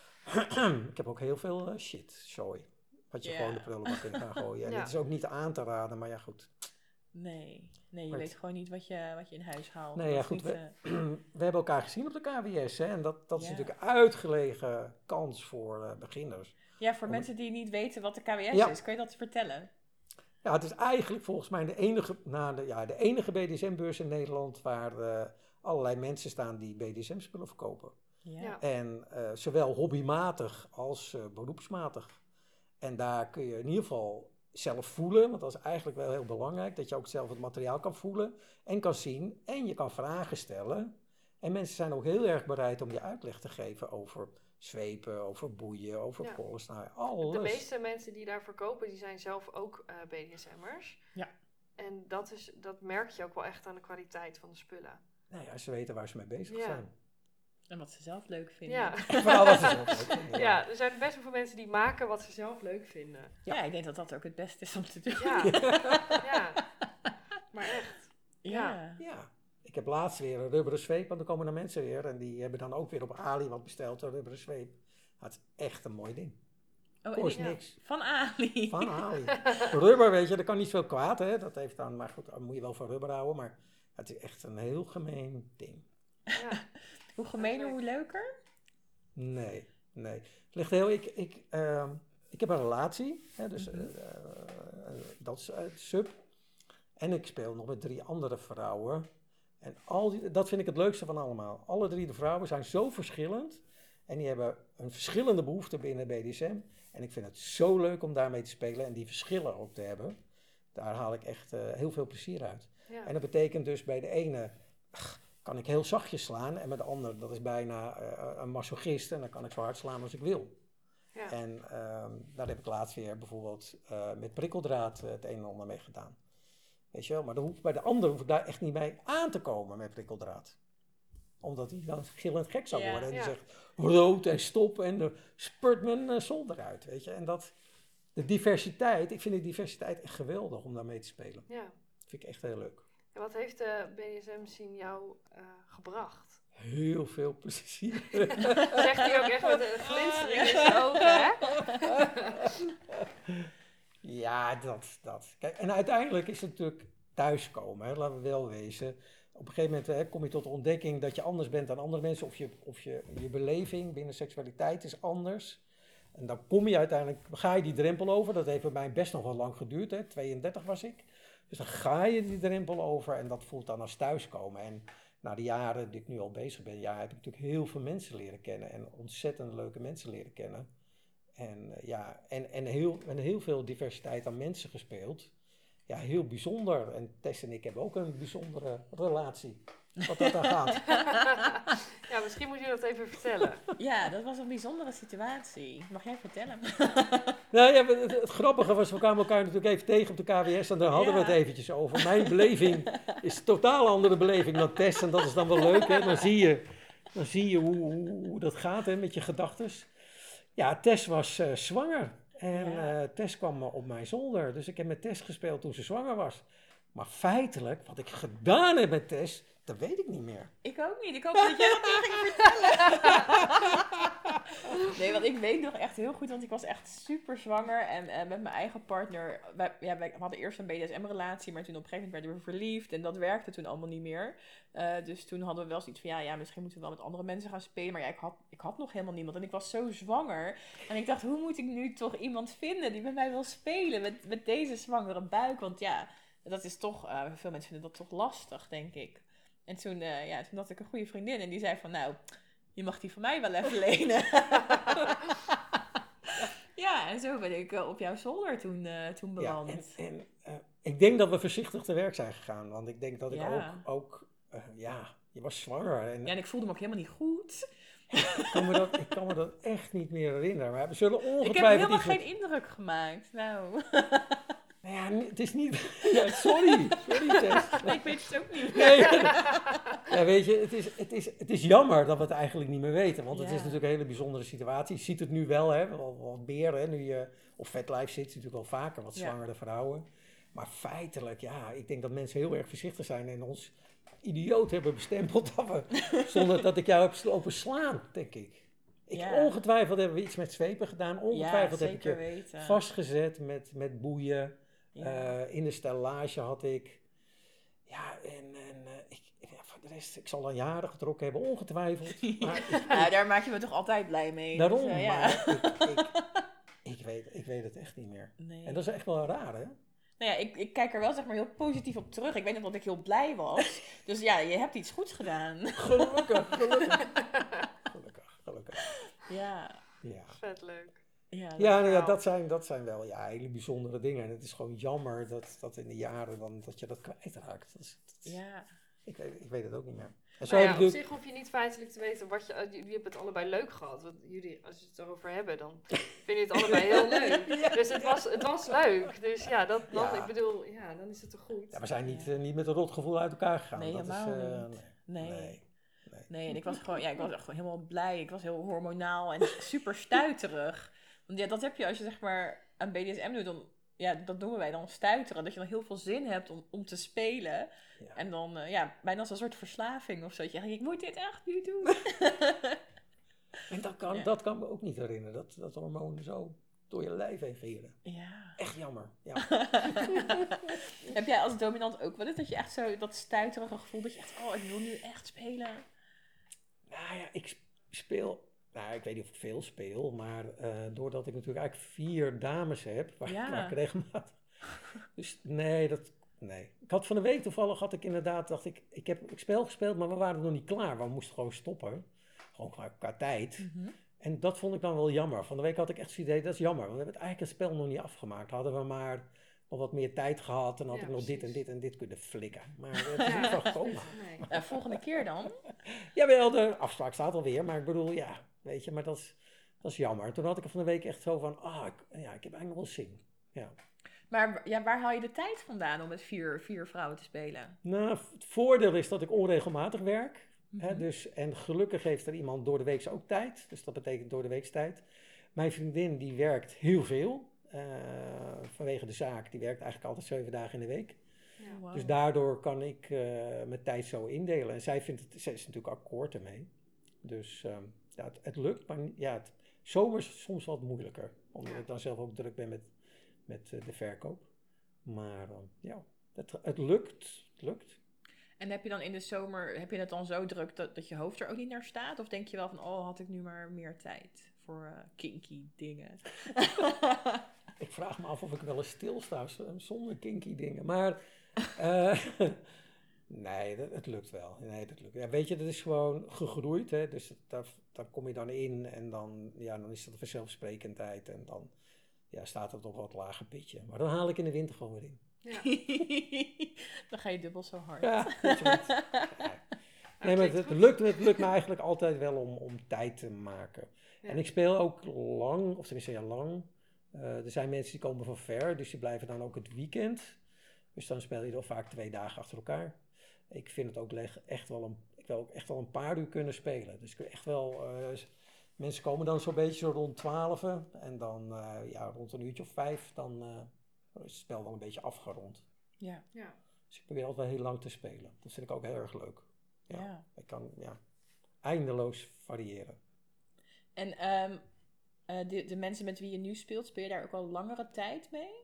ik heb ook heel veel eh, shit, zooi. Wat je Ja. gewoon de prullenbak in kan gooien. En Ja. het is ook niet aan te raden, maar ja goed. Nee, nee, je Maar weet het- gewoon niet wat je, wat je in huis haalt. Nee, ja, Dat is goed, niet, we- eh, We hebben elkaar gezien op de K W S hè, en dat, dat is Ja. natuurlijk een uitgelegen kans voor eh, beginners. ja, voor Om- mensen die niet weten wat de K W S Ja. is, kun je dat vertellen? Ja, het is eigenlijk volgens mij de enige, nou, de, ja, de enige B D S M-beurs in Nederland waar eh, allerlei mensen staan die B D S M-spullen verkopen. Ja. Ja. En eh, zowel hobbymatig als eh, beroepsmatig. En daar kun je in ieder geval zelf voelen, want dat is eigenlijk wel heel belangrijk, dat je ook zelf het materiaal kan voelen en kan zien en je kan vragen stellen. En mensen zijn ook heel erg bereid om je uitleg te geven over zwepen, over boeien, over Ja. pols, nou, alles. De meeste mensen die daar verkopen, die zijn zelf ook eh B D S M'ers. Ja. En dat, is, dat merk je ook wel echt aan de kwaliteit van de spullen. Nou ja, ze weten waar ze mee bezig Ja. zijn. En wat ze zelf leuk vinden. Ja. En vooral wat ze zelf leuk vinden, Ja, er zijn best wel veel mensen die maken wat ze zelf leuk vinden. Ja, ik denk dat dat ook het beste is om te doen. Ja, ja. Maar echt. Ja. Ja, ik heb laatst weer een rubberen zweep, want er komen er mensen weer en die hebben dan ook weer op Ali wat besteld, een rubberen zweep. Nou, het is echt een mooi ding. Oh, en Kost die- ja. niks. Van Ali. Van Ali. Rubber, weet je, dat kan niet veel kwaad, hè. Dat heeft dan, maar goed, dan moet je wel van rubber houden, maar het is echt een heel gemeen ding. Ja. Hoe gemener, hoe leuker. Nee, nee. Het ligt heel, ik, ik, ehm, ik heb een relatie, hè, dus Mhm. eh, eh, dat is uit sub. En ik speel nog met drie andere vrouwen. En al die, dat vind ik het leukste van allemaal. Alle drie de vrouwen zijn zo verschillend. En die hebben een verschillende behoefte binnen B D S M. En ik vind het zo leuk om daarmee te spelen en die verschillen ook te hebben. Daar haal ik echt eh, heel veel plezier uit. Ja. En dat betekent dus bij de ene ach, kan ik heel zachtjes slaan. En bij de andere, dat is bijna eh, een masochist. En dan kan ik zo hard slaan als ik wil. Ja. En ehm, daar heb ik laatst weer bijvoorbeeld eh, met prikkeldraad eh, het een en ander mee gedaan. Weet je wel, maar dan hoef, bij de ander hoef ik daar echt niet mee aan te komen met prikkeldraad. Omdat hij dan gillend gek zou Ja. worden. En die Ja. zegt rood en stop en dan spurt mijn uh, zolder uit. Weet je, en dat, de diversiteit, ik vind de diversiteit echt geweldig om daarmee te spelen. Ja. Dat vind ik echt heel leuk. En wat heeft de B D S M-scene jou eh, gebracht? Heel veel plezier. Zegt hij ook echt met een glinstering in zijn ogen, hè? Ja, dat, dat. Kijk, en uiteindelijk is het natuurlijk thuiskomen, hè, laten we wel wezen. Op een gegeven moment hè, kom je tot de ontdekking dat je anders bent dan andere mensen. Of je, of je, je beleving binnen seksualiteit is anders. En dan kom je uiteindelijk, ga je die drempel over. Dat heeft bij mij best nog wel lang geduurd, hè. tweeëndertig was ik. Dus dan ga je die drempel over en dat voelt dan als thuiskomen. En na de jaren die ik nu al bezig ben, ja, heb ik natuurlijk heel veel mensen leren kennen. En ontzettend leuke mensen leren kennen. En, uh, ja, en, en, heel, en heel veel diversiteit aan mensen gespeeld. Ja, heel bijzonder. En Tess en ik hebben ook een bijzondere relatie. Wat dat dan gaat. Ja, misschien moet je dat even vertellen. Ja, dat was een bijzondere situatie. Mag jij vertellen? Nou ja, het, het grappige was, we kwamen elkaar natuurlijk even tegen op de K W S. En daar hadden we Ja. het eventjes over. Mijn beleving is een totaal andere beleving dan Tess. En dat is dan wel leuk, hè. Dan zie je, dan zie je hoe, hoe, hoe dat gaat, hè, met je gedachtes. Ja, Tess was uh, zwanger. En Ja. eh, Tess kwam op mijn zolder. Dus ik heb met Tess gespeeld toen ze zwanger was. Maar feitelijk, wat ik gedaan heb met Tess, dat weet ik niet meer. Ik ook niet. Ik hoop dat jij dat niet ging vertellen. Nee, want ik weet nog echt heel goed, want ik was echt super zwanger. En eh, met mijn eigen partner, wij, ja, wij hadden eerst een B D S M-relatie, maar toen op een gegeven moment werden we verliefd. En dat werkte toen allemaal niet meer. Uh, dus toen hadden we wel zoiets van, ja, ja, misschien moeten we wel met andere mensen gaan spelen. Maar ja, ik had, ik had nog helemaal niemand. En ik was zo zwanger. En ik dacht, hoe moet ik nu toch iemand vinden die met mij wil spelen? Met, met deze zwangere buik. Want ja, dat is toch, uh, veel mensen vinden dat toch lastig, denk ik. En toen, uh, ja, toen had ik een goede vriendin en die zei van, nou, je mag die van mij wel even lenen. Ja, en zo ben ik uh, op jouw zolder toen, uh, toen beland. Ja, en, en uh, ik denk dat we voorzichtig te werk zijn gegaan. Want ik denk dat ik ja. ook, ook uh, ja, je was zwanger. En, ja, en ik voelde me ook helemaal niet goed. ik, kan me dat, ik kan me dat echt niet meer herinneren. Maar we zullen ongetwijfeld... Ik heb helemaal geen met... indruk gemaakt, nou... Nou ja, het is niet... Ja, sorry, sorry Tess. Nee, ik weet het ook niet. Nee. Ja, weet je, het is, het, is, het is jammer dat we het eigenlijk niet meer weten. Want het ja. is natuurlijk een hele bijzondere situatie. Je ziet het nu wel, hè, wel, wel meer. Hè, nu je op VetLife zit, zie je natuurlijk wel vaker wat zwangere ja. vrouwen. Maar feitelijk, ja, ik denk dat mensen heel erg voorzichtig zijn en ons idioot hebben bestempeld dat we, zonder dat ik jou heb lopen slaan, denk ik. Ik, ja. Ongetwijfeld hebben we iets met zwepen gedaan. Ongetwijfeld ja, heb ik je weten. vastgezet met, met boeien. Ja. Uh, in de stellage had ik. Ja, en, en uh, ik, ja, voor de rest, ik zal dan jaren getrokken hebben, ongetwijfeld. Maar ik, ja, ik, daar maak je me toch altijd blij mee. Daarom, dus, uh, ja. maar ik, ik, ik, weet, ik weet het echt niet meer. Nee. En dat is echt wel raar, hè? Nou ja, ik, ik kijk er wel zeg maar heel positief op terug. Ik weet nog dat ik heel blij was. Dus ja, je hebt iets goeds gedaan. Gelukkig, gelukkig. Gelukkig, gelukkig. Ja. ja. Vet leuk. Ja, dat, ja, nou ja dat, zijn, dat zijn wel ja, hele bijzondere dingen. En het is gewoon jammer dat, dat in de jaren dan, dat je dat kwijtraakt. Dat is, dat is, ja. ik, weet, ik weet het ook niet meer. En zo ja, op zich hoef je niet feitelijk te weten wat je... Jullie hebben het allebei leuk gehad. Want jullie, als je het erover hebben, dan vind je het allebei heel leuk. Ja. Dus het was, het was leuk. Dus ja, dat, dat, ja. ik bedoel, ja, dan is het toch goed. Ja, we zijn niet, uh, niet met een rotgevoel uit elkaar gegaan. Nee, dat helemaal is, uh, niet. Nee. nee. nee. Nee. Nee, en ik was gewoon, ja, ik was echt gewoon helemaal blij. Ik was heel hormonaal en super stuiterig. Want ja, dat heb je als je zeg maar aan B D S M doet, dan, ja, dat noemen wij dan stuiteren. Dat je dan heel veel zin hebt om, om te spelen. Ja. En dan, uh, ja, bijna als een soort verslaving of zo. Dat je denkt, ik moet dit echt nu doen. En dat kan, ja. dat kan me ook niet herinneren. Dat, dat hormonen zo door je lijf heen gieren. Ja. Echt jammer. Ja. Heb jij als dominant ook wel eens dat je echt zo dat stuiterige gevoel dat je echt, oh, ik wil nu echt spelen? Nou ja, ik speel... Nou, ik weet niet of ik veel speel, maar uh, doordat ik natuurlijk eigenlijk vier dames heb, waar, ja. waar ik regelmatig... Dus nee, dat... Nee. Ik had van de week toevallig, had ik inderdaad, dacht ik, ik heb ik spel gespeeld, maar we waren nog niet klaar. We moesten gewoon stoppen. Gewoon qua, qua tijd. Mm-hmm. En dat vond ik dan wel jammer. Van de week had ik echt het idee, dat is jammer. Want we hebben het eigenlijk het spel nog niet afgemaakt. Hadden we maar nog wat meer tijd gehad, dan had ja, ik nog precies. dit en dit en dit kunnen flikken. Maar het is niet van gekomen. Nee. Uh, volgende keer dan? Jawel, de afspraak staat alweer, maar ik bedoel, ja... Weet je, maar dat is, dat is jammer. Toen had ik er van de week echt zo van, ah, ik, ja, ik heb eigenlijk nog wel zin. Ja. Maar ja, waar haal je de tijd vandaan om met vier, vier vrouwen te spelen? Nou, het voordeel is dat ik onregelmatig werk. Mm-hmm. Hè, dus, en gelukkig heeft er iemand door de week ook tijd. Dus dat betekent door de week tijd. Mijn vriendin die werkt heel veel. Uh, vanwege de zaak. Die werkt eigenlijk altijd zeven dagen in de week. Ja, wow. Dus daardoor kan ik uh, mijn tijd zo indelen. En zij vindt het, zij is natuurlijk akkoord ermee. Dus... Um, Ja, het, het lukt, maar ja, het zomer is soms wat moeilijker. Omdat ja. ik dan zelf ook druk ben met, met uh, de verkoop. Maar uh, ja, het, het lukt. Het lukt. En heb je dan in de zomer, heb je het dan zo druk dat, dat je hoofd er ook niet naar staat? Of denk je wel van, oh, had ik nu maar meer tijd voor uh, kinky dingen? Ik vraag me af of ik wel eens stilsta zonder kinky dingen. Maar... Uh, Nee, dat, het lukt wel. Nee, dat lukt. Ja, weet je, dat is gewoon gegroeid. Hè? Dus daar, daar kom je dan in en dan, ja, dan is dat een vanzelfsprekendheid. En dan ja, staat het op een wat lager pitje. Maar dan haal ik in de winter gewoon weer in. Ja. Dan ga je dubbel zo hard. Ja, dat is ja. Nee, maar het, het, lukt, het lukt me eigenlijk altijd wel om, om tijd te maken. Ja. En ik speel ook lang, of tenminste ja, lang. Uh, er zijn mensen die komen van ver, dus die blijven dan ook het weekend. Dus dan speel je dan vaak twee dagen achter elkaar. Ik vind het ook echt wel een, ik wil ook echt wel een paar uur kunnen spelen. Dus ik wil echt wel uh, mensen komen dan zo'n beetje zo rond twaalf. En dan uh, ja, rond een uurtje of vijf, dan uh, is het spel dan een beetje afgerond. Ja. Ja. Dus ik probeer altijd wel heel lang te spelen. Dat vind ik ook heel erg leuk. Ja, Ja. Ik kan ja, eindeloos variëren. En um, uh, de, de mensen met wie je nu speelt, speel je daar ook al langere tijd mee?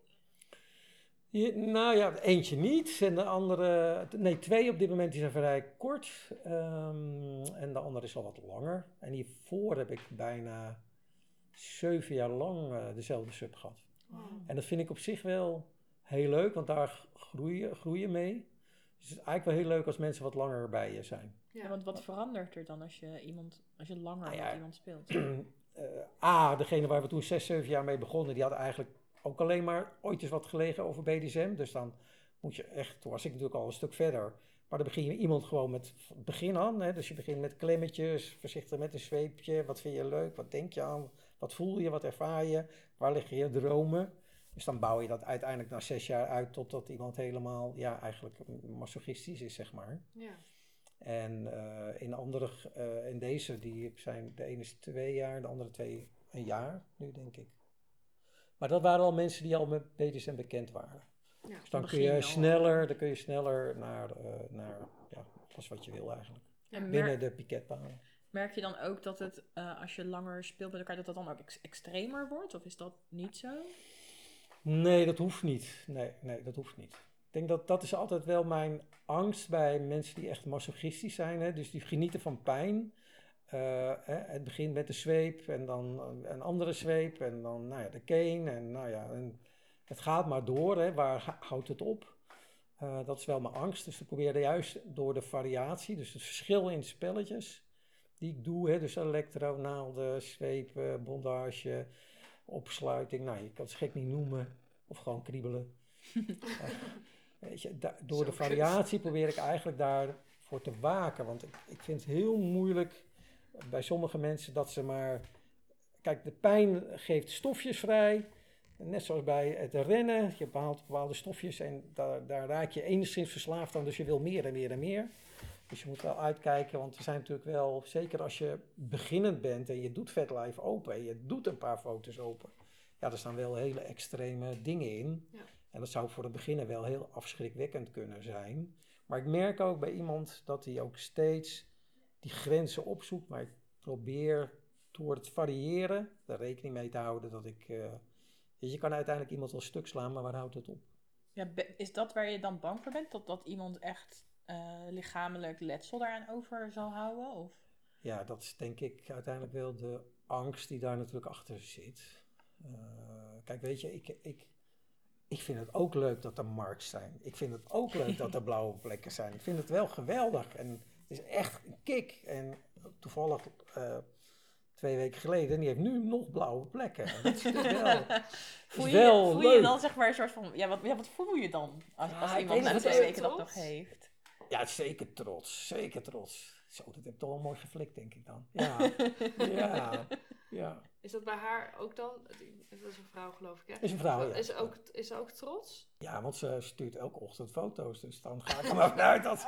Je, nou ja, eentje niet. En de andere, nee, twee op dit moment die zijn vrij kort. Um, en de andere is al wat langer. En hiervoor heb ik bijna zeven jaar lang uh, dezelfde sub gehad. Wow. En dat vind ik op zich wel heel leuk, want daar groei je, groei je mee. Dus het is eigenlijk wel heel leuk als mensen wat langer bij je zijn. Ja. Ja, want wat verandert er dan als je, iemand, als je langer Nou ja, met iemand speelt? uh, A, degene waar we toen zes, zeven jaar mee begonnen, die had eigenlijk ook alleen maar ooit eens wat gelegen over B D S M. Dus dan moet je echt, toen was ik natuurlijk al een stuk verder. Maar dan begin je iemand gewoon met het begin aan. Hè? Dus je begint met klemmetjes, voorzichtig met een zweepje. Wat vind je leuk? Wat denk je aan? Wat voel je? Wat ervaar je? Waar liggen je dromen? Dus dan bouw je dat uiteindelijk na zes jaar uit totdat iemand helemaal, ja, eigenlijk masochistisch is, zeg maar. Ja. En uh, in andere, uh, in deze, die zijn, de ene is twee jaar, de andere twee een jaar nu, denk ik. Maar dat waren al mensen die al met B D S M bekend waren. Ja. Dus dan kun Begin je al. sneller, dan kun je sneller naar, uh, naar ja, alles wat je wil eigenlijk. En Binnen merk, de piketbanen. merk je dan ook dat het, uh, als je langer speelt met elkaar, dat dat dan ook ex- extremer wordt? Of is dat niet zo? Nee, dat hoeft niet. Nee, nee, dat hoeft niet. Ik denk dat dat is altijd wel mijn angst bij mensen die echt masochistisch zijn. Hè? Dus die genieten van pijn. Uh, hè? Het begint met de zweep en dan een andere zweep en dan nou ja, de cane. En, nou ja, en het gaat maar door. Hè? Waar houdt het op? Uh, dat is wel mijn angst. Dus ik probeer juist door de variatie, dus het verschil in de spelletjes die ik doe. Hè? Dus elektro, naalden, zweep, bondage, opsluiting. Nou, je kan het gek niet noemen. Of gewoon kriebelen. uh, weet je, da- door Zo de kut. variatie probeer ik eigenlijk daarvoor te waken. Want ik, ik vind het heel moeilijk bij sommige mensen dat ze maar... Kijk, de pijn geeft stofjes vrij. Net zoals bij het rennen. Je behaalt bepaalde stofjes en daar, daar raak je enigszins verslaafd aan. Dus je wil meer en meer en meer. Dus je moet wel uitkijken, want er zijn natuurlijk wel... Zeker als je beginnend bent en je doet VetLife open en je doet een paar foto's open... Ja, er staan wel hele extreme dingen in. Ja. En dat zou voor het beginner wel heel afschrikwekkend kunnen zijn. Maar ik merk ook bij iemand dat hij ook steeds die grenzen opzoekt. Maar ik probeer door het variëren er rekening mee te houden dat ik... Uh, je kan uiteindelijk iemand wel stuk slaan, maar waar houdt het op? Ja, be- is dat waar je dan bang voor bent? Dat, dat iemand echt uh, lichamelijk letsel daaraan over zal houden? Of? Ja, dat is denk ik uiteindelijk wel de angst die daar natuurlijk achter zit. Uh, kijk, weet je, ik, ik, ik vind het ook leuk dat er marks zijn. Ik vind het ook leuk dat er blauwe plekken zijn. Ik vind het wel geweldig en het is echt een kick. En toevallig uh, twee weken geleden, die heeft nu nog blauwe plekken. En dat is wel, voel is je, wel voel leuk. je dan zeg maar een soort van, ja wat, ja, wat voel je dan als, Ja, als ik iemand weet na niet, twee wat weken dat nog trots? heeft? Ja, zeker trots. Zeker trots. Zo, dat heb ik toch wel mooi geflikt, denk ik dan. Ja, ja, ja. Is dat bij haar ook dan? Dat is een vrouw, geloof ik, hè? Is een vrouw, ja. Is ze ook, is ze ook trots? Ja, want ze stuurt elke ochtend foto's, dus dan ga ik er maar vanuit dat...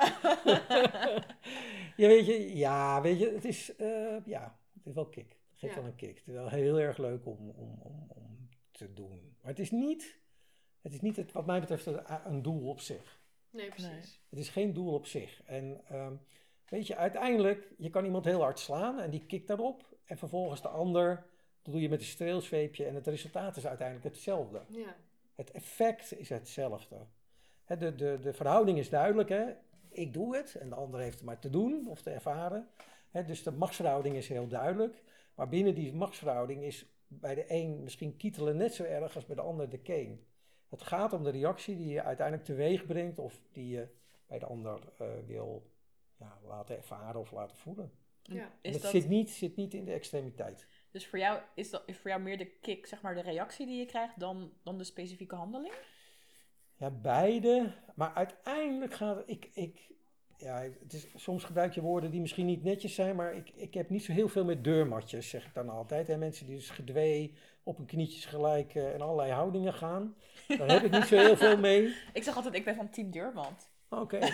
ja, weet je, ja, weet je, het is, uh, ja, het is wel kick. Het geeft Ja. wel een kick. Het is wel heel erg leuk om, om, om, om te doen. Maar het is niet, het is niet het, wat mij betreft een, een doel op zich. Nee, precies. Nee. Het is geen doel op zich. En um, weet je, uiteindelijk, je kan iemand heel hard slaan en die kikt daarop. En vervolgens de ander, dat doe je met een streelsweepje en het resultaat is uiteindelijk hetzelfde. Ja. Het effect is hetzelfde. He, de, de, de verhouding is duidelijk. Hè? Ik doe het en de ander heeft het maar te doen of te ervaren. He, dus de machtsverhouding is heel duidelijk. Maar binnen die machtsverhouding is bij de een misschien kietelen net zo erg als bij de ander de cane. Het gaat om de reactie die je uiteindelijk teweeg brengt of die je bij de ander uh, wil ja, laten ervaren of laten voelen. Ja. En Is het dat, zit, niet, zit niet in de extremiteit. dus voor jou is, dat, is voor jou meer de kick, zeg maar de reactie die je krijgt, dan, dan de specifieke handeling? Ja, beide. Maar uiteindelijk gaat het... Ik, ik, ja, het is, soms gebruik je woorden die misschien niet netjes zijn, maar ik, ik heb niet zo heel veel met deurmatjes, zeg ik dan altijd. Hè. Mensen die dus gedwee op hun knietjes gelijk uh, en allerlei houdingen gaan. Daar heb ik niet zo heel veel mee. Ik zeg altijd, ik ben van team deurmat. Oké. Okay.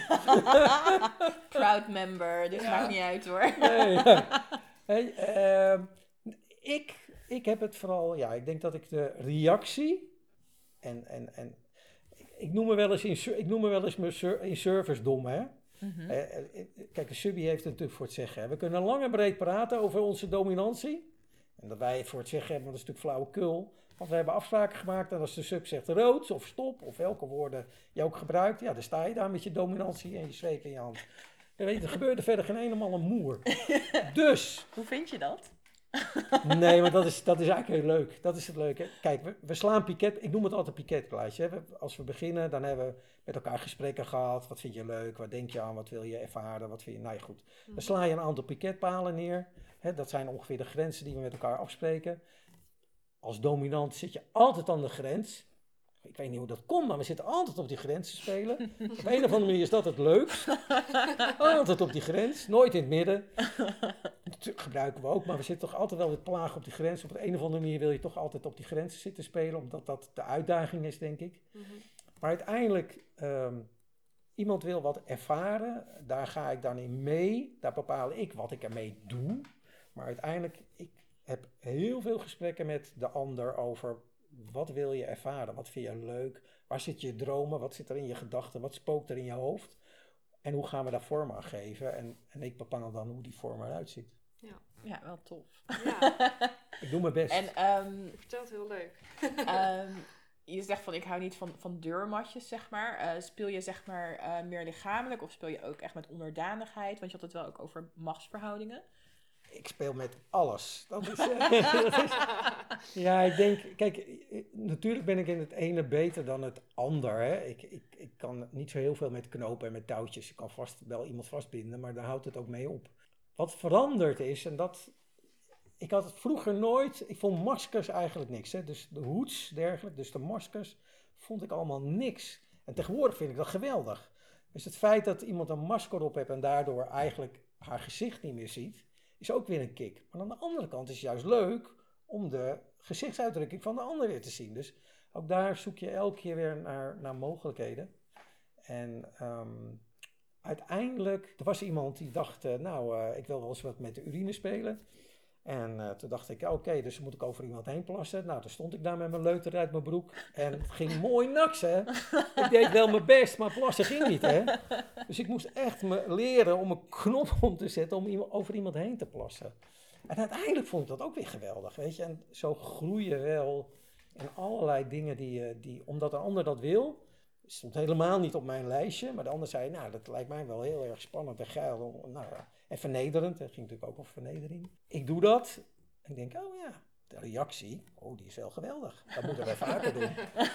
Proud member, dus Ja. maakt niet uit hoor. Nee, ja. Hey, uh, ik, ik heb het vooral, ja, ik denk dat ik de reactie en, en, en ik noem me wel eens in, ik noem me wel eens mijn ser- in service dom, hè. Mhm. Eh, eh, kijk, een subby heeft het natuurlijk voor het zeggen. Hè. We kunnen lang en breed praten over onze dominantie. En dat wij het voor het zeggen hebben, dat is natuurlijk flauwekul. Want we hebben afspraken gemaakt en als de sub zegt rood of stop of welke woorden je ook gebruikt, ja, dan sta je daar met je dominantie en je zweep in je hand. En weet je, er gebeurde verder geen eenmaal een moer. Dus, Hoe vind je dat? nee, maar dat is, dat is eigenlijk heel leuk. Dat is het leuke. Kijk, we, we slaan piket, ik noem het altijd piketplaatje. Hè. We- Als we beginnen, dan hebben we met elkaar gesprekken gehad. Wat vind je leuk? Wat denk je aan? Wat wil je ervaren? Wat vind je, nou ja, goed. Dan sla je een aantal piketpalen neer. Hè, dat zijn ongeveer de grenzen die we met elkaar afspreken. Als dominant zit je altijd aan de grens. Ik weet niet hoe dat komt, maar we zitten altijd op die grens te spelen. Op een of andere manier is dat het leukst. Altijd op die grens, nooit in het midden. Dat gebruiken we ook, maar we zitten toch altijd wel met plagen op die grens. Op de een of andere manier wil je toch altijd op die grens zitten spelen, omdat dat de uitdaging is, denk ik. Mhm. Maar uiteindelijk, ehm, iemand wil wat ervaren, daar ga ik dan in mee. Daar bepaal ik wat ik ermee doe. Maar uiteindelijk, ik heb heel veel gesprekken met de ander over wat wil je ervaren, wat vind je leuk, waar zit je dromen, wat zit er in je gedachten, wat spookt er in je hoofd. En hoe gaan we daar vorm aan geven? En, en ik bepaal dan hoe die vorm eruit ziet. Ja, wel tof. Ja, Ik doe mijn best. En ehm, je vertelt heel leuk. ehm, je zegt van ik hou niet van, van deurmatjes, zeg maar. Eh, speel je zeg maar eh, meer lichamelijk of speel je ook echt met onderdanigheid? Want je had het wel ook over machtsverhoudingen. Ik speel met alles. Dat is, eh, dat is, ja, ik denk, kijk, eh, natuurlijk ben ik in het ene beter dan het ander. Hè. Ik, ik, ik kan niet zo heel veel met knopen en met touwtjes. Ik kan vast wel iemand vastbinden, maar daar houdt het ook mee op. Wat veranderd is, en dat, ik had het vroeger nooit, ik vond maskers eigenlijk niks. Hè. Dus de hoeds, dergelijke, dus de maskers, vond ik allemaal niks. En tegenwoordig vind ik dat geweldig. Dus het feit dat iemand een masker op heeft en daardoor eigenlijk haar gezicht niet meer ziet, is ook weer een kick. Maar aan de andere kant is het juist leuk om de gezichtsuitdrukking van de ander weer te zien. Dus ook daar zoek je elke keer weer naar, naar mogelijkheden. En um, uiteindelijk, er was iemand die dacht, uh, nou, uh, ik wil wel eens wat met de urine spelen. En uh, toen dacht ik, oké, okay, dus moet ik over iemand heen plassen. Nou, toen stond ik daar met mijn leuter uit mijn broek. En het ging mooi naks, hè. Ik deed wel mijn best, maar plassen ging niet, hè. Dus ik moest echt me leren om een knop om te zetten om iemand, over iemand heen te plassen. En uiteindelijk vond ik dat ook weer geweldig, weet je. En zo groei je wel in allerlei dingen die, die omdat een ander dat wil. Stond helemaal niet op mijn lijstje, maar de ander zei, nou, dat lijkt mij wel heel erg spannend en geil. Nou ja, en vernederend, het ging natuurlijk ook over vernedering. Ik doe dat en ik denk, oh ja, de reactie, oh, die is wel geweldig. Dat moeten we vaker doen.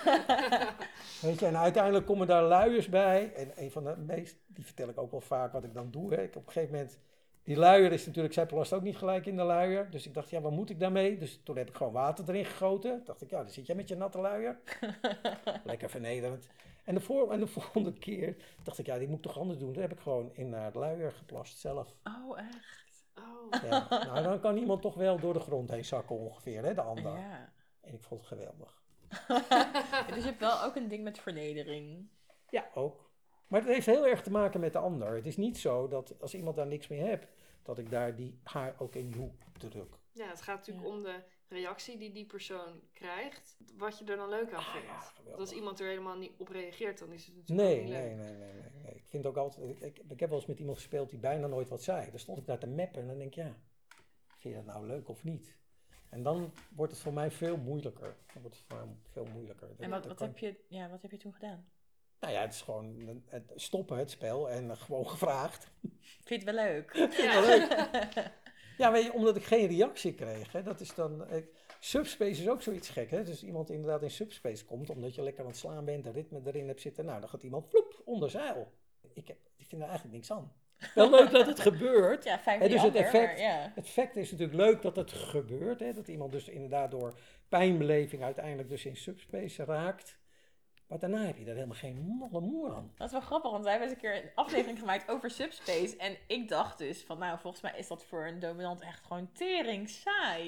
Weet je, en uiteindelijk komen daar luiers bij. En een van de meest, die vertel ik ook wel vaak wat ik dan doe. Hè. Ik op een gegeven moment, die luier is natuurlijk, zij plast ook niet gelijk in de luier. Dus ik dacht, ja, wat moet ik daarmee? Dus toen heb ik gewoon water erin gegoten. Toen dacht ik, ja, dan zit jij met je natte luier. Lekker vernederend. En de, voor, en de volgende keer dacht ik, ja, die moet ik toch anders doen. Toen heb ik gewoon in naar de luier geplast zelf. Oh, echt? Oh. Ja, nou, dan kan iemand toch wel door de grond heen zakken ongeveer, hè, de ander. Ja. En ik vond het geweldig. Dus je hebt wel ook een ding met vernedering. Ja, ook. Maar het heeft heel erg te maken met de ander. Het is niet zo dat als iemand daar niks mee heeft, dat ik daar die, haar ook in die hoek druk. Ja, het gaat natuurlijk Ja. om de reactie die die persoon krijgt. Wat je er dan leuk aan Ah, vindt. ja, geweldig. Want als iemand er helemaal niet op reageert, dan is het natuurlijk Nee, ook niet nee, leuk. nee, nee, nee, nee. Ik vind ook altijd, ik, ik, ik heb wel eens met iemand gespeeld die bijna nooit wat zei. Dan stond ik daar te mappen en dan denk ik, ja, vind je dat nou leuk of niet? En dan wordt het voor mij veel moeilijker. Dan wordt het voor mij veel moeilijker. En Dat- wat, dat wat, kan- heb je, ja, wat heb je toen gedaan? Nou ja, het is gewoon het stoppen, het spel, en uh, gewoon gevraagd. Vind je het wel leuk? Ja. leuk. Ja, weet je, omdat ik geen reactie kreeg. Hè, dat is dan, ik, subspace is ook zoiets gek. Hè? Dus iemand inderdaad in subspace komt, omdat je lekker aan het slaan bent, een ritme erin hebt zitten. Nou, dan gaat iemand vloep, onder zeil. Ik, heb, ik vind er eigenlijk niks aan. Wel leuk dat het gebeurt. Ja, fijn Hè, voor dus die het ander, effect, maar ja. het effect is natuurlijk leuk dat het gebeurt. Hè? Dat iemand dus inderdaad door pijnbeleving uiteindelijk dus in subspace raakt. Maar daarna heb je daar helemaal geen malle moer aan. Dat is wel grappig, want wij hebben eens een keer een aflevering gemaakt over subspace. En ik dacht dus van, nou, volgens mij is dat voor een dominant echt gewoon tering saai.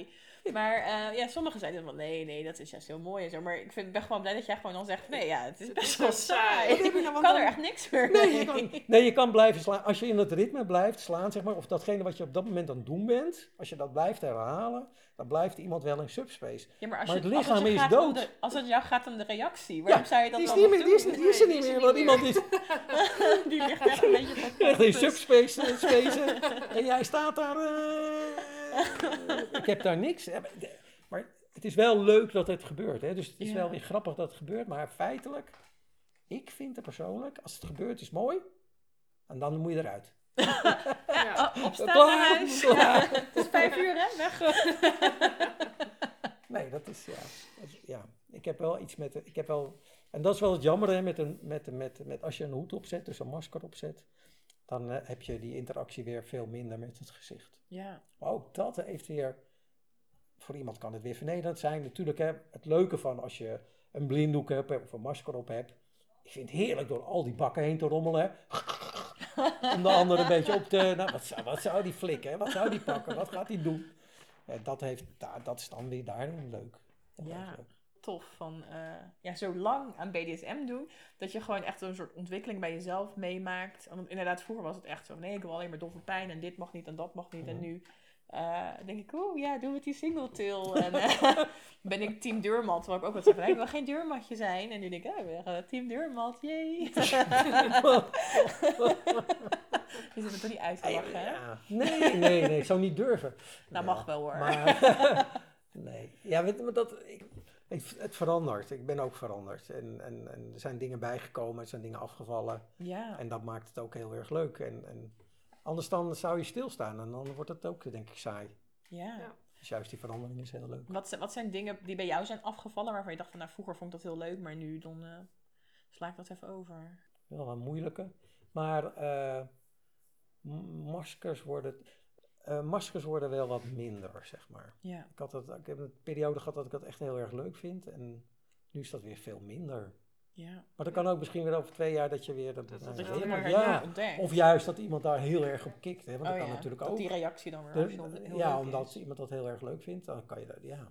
Maar uh, ja, sommigen zeiden van nee, nee, dat is juist heel mooi en zo. Maar ik vind, ben gewoon blij dat jij gewoon dan zegt, nee, ja, het is best wel saai. Wat heb je nou, Ik want kan dan- er echt niks meer Nee, mee. je kan, nee, je kan blijven slaan. Als je in het ritme blijft slaan, zeg maar, of datgene wat je op dat moment aan het doen bent, als je dat blijft herhalen, dan blijft iemand wel in subspace. Ja, maar als, Maar je, het als lichaam je is gaat dood. om de, als het jou gaat om de reactie, waarom zou je dat die is dan niet nog meer, die is, doen? die is er Nee, niet die is meer, er want niet iemand is Die ligt echt een beetje van echt in campus. subspace eh, space, en jij staat daar. eh, ik heb daar niks. Ja, maar de- Maar het is wel leuk dat het gebeurt. Hè? Dus het is Ja. wel weer grappig dat het gebeurt. Maar feitelijk, ik vind het persoonlijk, als het gebeurt is mooi. En dan moet je eruit. Ja. Oh, opstaan Klaar, naar huis. klaar. Het is vijf uur, hè? Weg. Nee, dat is, ja, dat is- ja. Ik heb wel iets met, de- ik heb wel, en dat is wel het jammer, hè, met een, met, met, met, als je een hoed opzet, dus een masker opzet, dan eh, heb je die interactie weer veel minder met het gezicht. Ja. Maar ook dat heeft weer, voor iemand kan het weer vernederend zijn. Natuurlijk, hè, het leuke van als je een blinddoek hebt of een masker op hebt, ik vind het heerlijk door al die bakken heen te rommelen. Hè. Om de ander een beetje op te, nou, wat zou, wat zou die flikken, hè? Wat zou die pakken, wat gaat die doen? Ja, dat, heeft, da- dat is dan weer daarin leuk. Heel Ja. erg leuk. Tof van eh, ja, zo lang aan B D S M doen, dat je gewoon echt een soort ontwikkeling bij jezelf meemaakt. Want inderdaad, vroeger was het echt zo, nee, ik wil alleen maar doffe pijn en dit mag niet en dat mag niet. En Mhm. nu eh, denk ik, oeh ja, doe met die singletail. En eh, ben ik team deurmat, terwijl ik ook wat zeg van, nee, ik wil geen deurmatje zijn. En nu denk ik, oh, ik ben team deurmat, jee. Je zit er toch niet uit te lachen, hè? Ja. Nee, nee, nee, ik zou niet durven. Nou, Ja, mag wel hoor. Maar, nee, ja, weet je, maar dat, ik, ik, het verandert. Ik ben ook veranderd. En, en, en er zijn dingen bijgekomen, er zijn dingen afgevallen. Ja. En dat maakt het ook heel erg leuk. En, en anders dan zou je stilstaan en dan wordt het ook, denk ik, saai. Ja. Ja. Dus juist die verandering is heel leuk. Wat, zijn- wat zijn dingen die bij jou zijn afgevallen waarvan je dacht van, nou, vroeger vond ik dat heel leuk, maar nu dan eh, sla ik dat even over. Wel een moeilijke. Maar eh, m- maskers worden, eh, maskers worden wel wat minder, zeg maar. Ja. Ik, had het, ik heb een periode gehad dat ik dat echt heel erg leuk vind. En nu is dat weer veel minder. Ja. Maar dat kan ook misschien weer over twee jaar dat je weer... Dat, Dat nou, het Dat Ja, je ja, het maar maar ja. ja. ontdekt. Of juist dat iemand daar heel erg op kikt. Hè? Want dat Oh kan ja, natuurlijk dat ook. die reactie dan weer De- heel, heel ja, leuk omdat is. iemand dat heel erg leuk vindt, dan kan je dat... Ja,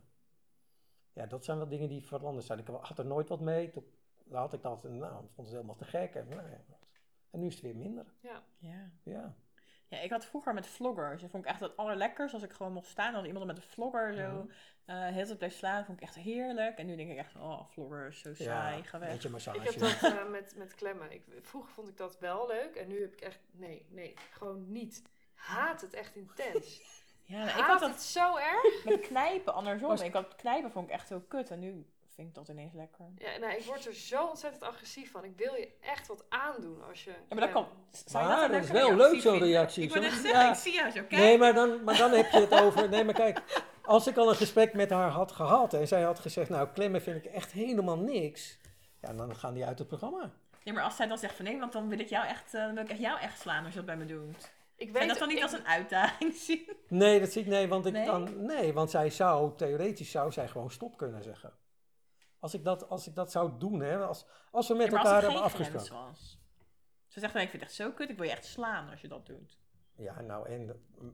ja dat zijn wel dingen die veranderd zijn. Ik had er nooit wat mee. Toen had ik dat en nou, ik vond het helemaal te gek. En, nou, ja. En nu is het weer minder. Ja. Ja. Ja. Ja, ik had vroeger met vloggers. Dat vond ik echt het allerlekkers. Als ik gewoon mocht staan en dan iemand met een vlogger zo Mhm. eh heel tijd bleef slaan, vond ik echt heerlijk. En nu denk ik echt, oh, vloggers, zo saai, ga weg. Beetje massage. Ik heb dat eh, met, met klemmen. Ik, vroeger vond ik dat wel leuk en nu heb ik echt, nee, nee, gewoon niet. Haat het echt intens. Ja, nou, ik Haat had dat het zo erg. met knijpen andersom. Was- Ik had knijpen vond ik echt heel kut en nu vind ik dat ineens lekker. Ja, nou, ik word er zo ontzettend agressief van. Ik wil je echt wat aandoen als je... Ja, maar dat kan. Zou je Maar dat, een dat is leuke wel reactie leuk, zo'n vinden? reactie. Ik wil Zo- net zeggen, ja. ik zie jou zo kijken. Nee, maar dan, maar dan heb je het over... Nee, maar kijk, als ik al een gesprek met haar had gehad en zij had gezegd, nou, klemmen vind ik echt helemaal niks. Ja, dan gaan die uit het programma. Ja, maar als zij dan zegt van nee, want dan wil ik jou echt, eh, dan wil ik echt jou echt slaan als je dat bij me doet. Ik Zou je dat dan niet ik- als een uitdaging zien? Nee, dat zie ik, nee, want ik Nee? dan... Nee, want zij zou, theoretisch zou zij gewoon stop kunnen zeggen. Als ik dat, als ik dat zou doen, hè, als, als we met Ja, maar elkaar als er hebben geen grens afgesproken. was. Ze zegt, nee, ik vind het echt zo kut, ik wil je echt slaan als je dat doet. Ja, nou en...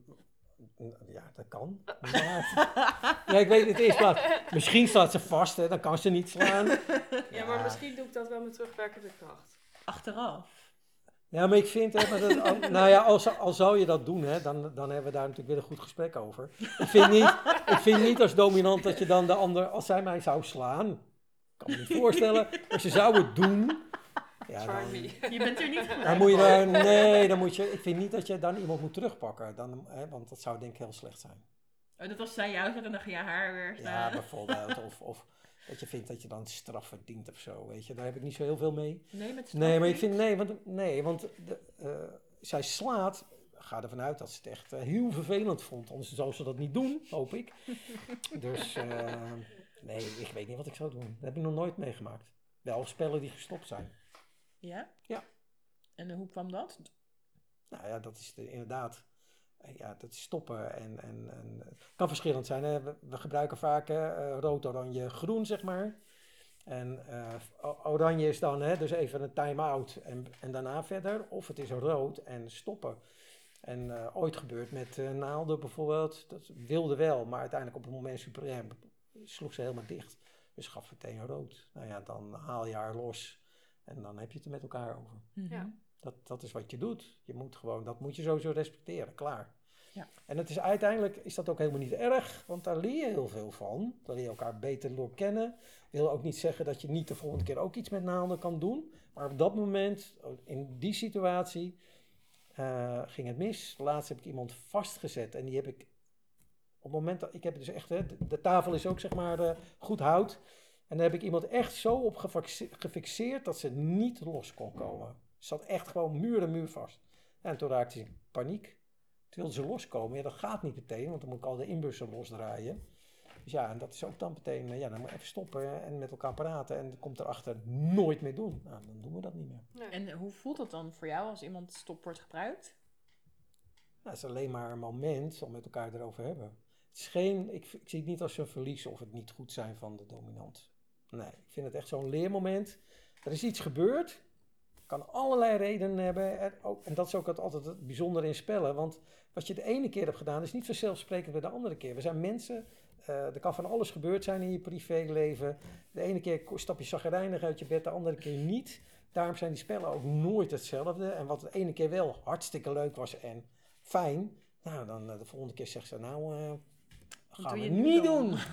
Ja, dat kan. Maar, ja, ik weet het eerst maar misschien staat ze vast, hè, dan kan ze niet slaan. Ja, maar misschien doe ik dat wel met terugwerkende kracht. Achteraf. Ja, maar ik vind, hè, maar dat, al- nou ja, als, al zou je dat doen, hè, dan, dan hebben we daar natuurlijk weer een goed gesprek over. Ik vind niet, ik vind niet als dominant dat je dan de ander, als zij mij zou slaan, kan me niet voorstellen, als je zou het doen, ja, Try dan, me. Je bent er niet gelijk dan moet je voor. daar, nee, dan moet je, ik vind niet dat je dan iemand moet terugpakken, dan, hè, want dat zou denk ik heel slecht zijn. Oh, dat als zij jou zet en dan ga je haar weer Ja, slaan. bijvoorbeeld, of, of dat je vindt dat je dan straf verdient of zo, weet je, daar heb ik niet zo heel veel mee. Nee, met Nee, maar ik straf vind, nee, want, nee, want de, eh, zij slaat, ga ervan uit dat ze het echt eh, heel vervelend vond. Anders zou ze dat niet doen, hoop ik. Dus, eh, nee, ik weet niet wat ik zou doen. Dat heb ik nog nooit meegemaakt. Wel spellen die gestopt zijn. niet. Ja? Ja. En hoe kwam dat? Nou ja, dat is de, inderdaad, eh, ja, dat is stoppen en, en, en het kan verschillend zijn. Hè? We, we gebruiken vaak eh, rood, oranje, groen, zeg maar. En eh, o- oranje is dan hè, dus even een time-out en, en daarna verder. Of het is rood en stoppen. En uh, ooit gebeurd met uh, naalden bijvoorbeeld. Dat wilde wel, maar uiteindelijk op het moment suprem sloeg ze helemaal dicht. Dus gaf meteen rood. Nou ja, dan haal je haar los. En dan heb je het er met elkaar over. Mm-hmm. Ja. Dat, dat is wat je doet. Je moet gewoon, dat moet je sowieso respecteren, klaar. Ja. En het is uiteindelijk is dat ook helemaal niet erg, want daar leer je heel veel van. Daar leer je elkaar beter door kennen. Wil ook niet zeggen dat je niet de volgende keer ook iets met naalden kan doen. Maar op dat moment, in die situatie, uh, ging het mis. Laatst heb ik iemand vastgezet en die heb ik op het moment dat ik heb dus echt, hè, de, de tafel is ook zeg maar uh, goed hout. En daar heb ik iemand echt zo op gefixeerd dat ze niet los kon komen. Ze zat echt gewoon muur en muur vast. En toen raakte ze in paniek. Toen wilde ze loskomen. Ja, dat gaat niet meteen, want dan moet ik al de inbussen losdraaien. Dus ja, en dat is ook dan meteen, ja, dan moet je even stoppen en met elkaar praten. En dan komt erachter nooit meer doen. Nou, dan doen we dat niet meer. Nee. En hoe voelt het dan voor jou als iemand stop wordt gebruikt? Nou, het is alleen maar een moment om met elkaar erover te hebben. Het is geen, ik, ik zie het niet als een verlies of het niet goed zijn van de dominant. Nee, ik vind het echt zo'n leermoment. Er is iets gebeurd. Kan allerlei redenen hebben. En, ook, en dat is ook altijd het bijzondere in spellen. Want wat je de ene keer hebt gedaan, is niet vanzelfsprekend bij de andere keer. We zijn mensen. Uh, er kan van alles gebeurd zijn in je privéleven. De ene keer stap je chagrijnig uit je bed, de andere keer niet. Daarom zijn die spellen ook nooit hetzelfde. En wat de ene keer wel hartstikke leuk was en fijn. Nou, dan uh, de volgende keer zegt ze, nou, uh, gaan we niet doen. doen.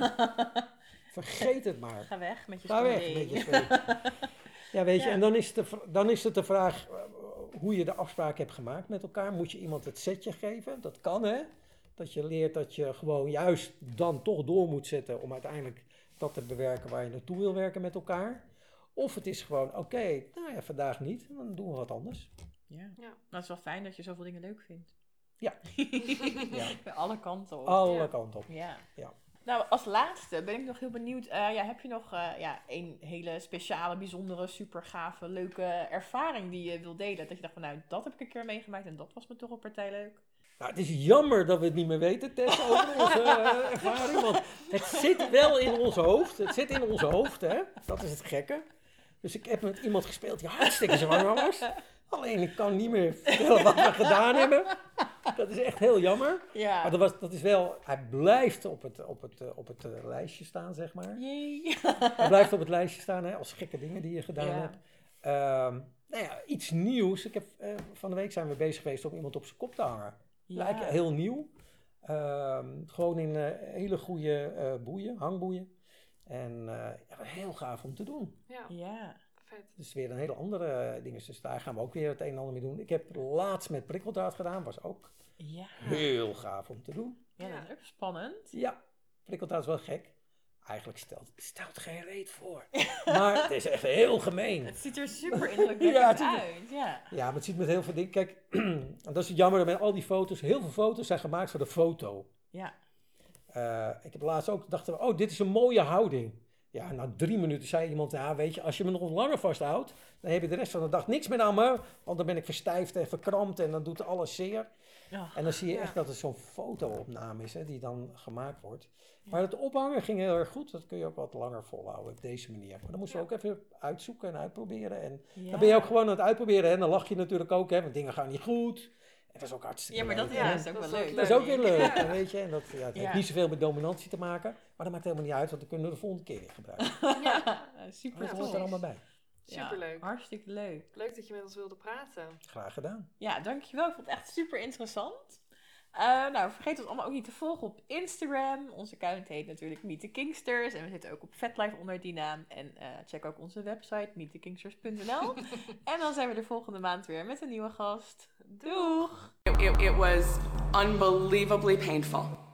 Vergeet het maar. Ga weg met je Ga weg met je zweet. Ja, weet je, ja. En dan is, de, dan is het de vraag uh, hoe je de afspraak hebt gemaakt met elkaar. Moet je iemand het setje geven? Dat kan, hè? Dat je leert dat je gewoon juist dan toch door moet zetten om uiteindelijk dat te bewerken waar je naartoe wil werken met elkaar. Of het is gewoon, oké, okay, nou ja, vandaag niet, dan doen we wat anders. Ja, ja. Nou, het is wel fijn dat je zoveel dingen leuk vindt. Ja. Ja. Bij alle kanten op. Alle ja. kanten op. Ja. Ja. Nou, als laatste ben ik nog heel benieuwd. Uh, ja, heb je nog uh, ja, een hele speciale, bijzondere, super gave, leuke ervaring die je wil delen? Dat je dacht van, nou, dat heb ik een keer meegemaakt en dat was me toch een partij leuk. Nou, het is jammer dat we het niet meer weten, Tess, over onze uh, ervaring. Want het zit wel in ons hoofd. Het zit in ons hoofd, hè. Dat is het gekke. Dus ik heb met iemand gespeeld die hartstikke zwanger was. Alleen ik kan niet meer vertellen wat we gedaan hebben. Dat is echt heel jammer. Ja. Maar dat, was, dat is wel, hij blijft op het, op het, op het uh, lijstje staan, zeg maar. Jee. Hij blijft op het lijstje staan, hè, als gekke dingen die je gedaan ja. hebt. Um, nou ja, iets nieuws. Ik heb, uh, van de week zijn we bezig geweest om iemand op zijn kop te hangen. Ja. Lijkt heel nieuw. Um, gewoon in uh, hele goede uh, boeien, hangboeien. En uh, ja, heel gaaf om te doen. Ja. Ja. Vet. Dus weer een hele andere uh, dingen. Dus daar gaan we ook weer het een en ander mee doen. Ik heb laatst met prikkeldraad gedaan. Was ook ja. heel gaaf om te doen. Ja, dat is ook spannend. Ja, prikkeldraad is wel gek. Eigenlijk stelt het stelt geen reet voor. Maar het is echt heel gemeen. Het ziet er super indrukwekkend ja, uit. Ja. Ja, maar het ziet met heel veel dingen. Kijk, dat is het jammer met al die foto's. Heel veel foto's zijn gemaakt voor de foto. Ja. Uh, ik heb laatst ook dachten we, oh, dit is een mooie houding. Ja, na drie minuten zei iemand, ja, weet je, als je me nog langer vasthoudt, dan heb je de rest van de dag niks meer aan me, want dan ben ik verstijfd en verkrampt en dan doet alles zeer. Oh, en dan zie je ja. echt dat het zo'n foto-opname is, hè, die dan gemaakt wordt. Ja. Maar het ophangen ging heel erg goed, dat kun je ook wat langer volhouden op deze manier. Maar dan moesten we ja. ook even uitzoeken en uitproberen. En ja. dan ben je ook gewoon aan het uitproberen en dan lach je natuurlijk ook, hè, want dingen gaan niet goed. En dat is ook hartstikke ja, maar dat leuk. ja, is ook wel leuk. Dat is ook weer leuk, ja. weet je. En dat ja, het ja. heeft niet zoveel met dominantie te maken, maar dat maakt helemaal niet uit, want dan kunnen we de volgende keer weer gebruiken. Ja, super Dat hoort er allemaal bij. Superleuk. Ja, hartstikke leuk. Leuk dat je met ons wilde praten. Graag gedaan. Ja, dankjewel. Ik vond het echt super interessant. Uh, nou, vergeet ons allemaal ook niet te volgen op Instagram. Onze account heet natuurlijk Meet the Kingsters. En we zitten ook op FetLife onder die naam. En uh, check ook onze website meet the kingsters punt n l. En dan zijn we de volgende maand weer met een nieuwe gast. Doeg! It, it, it was unbelievably painful.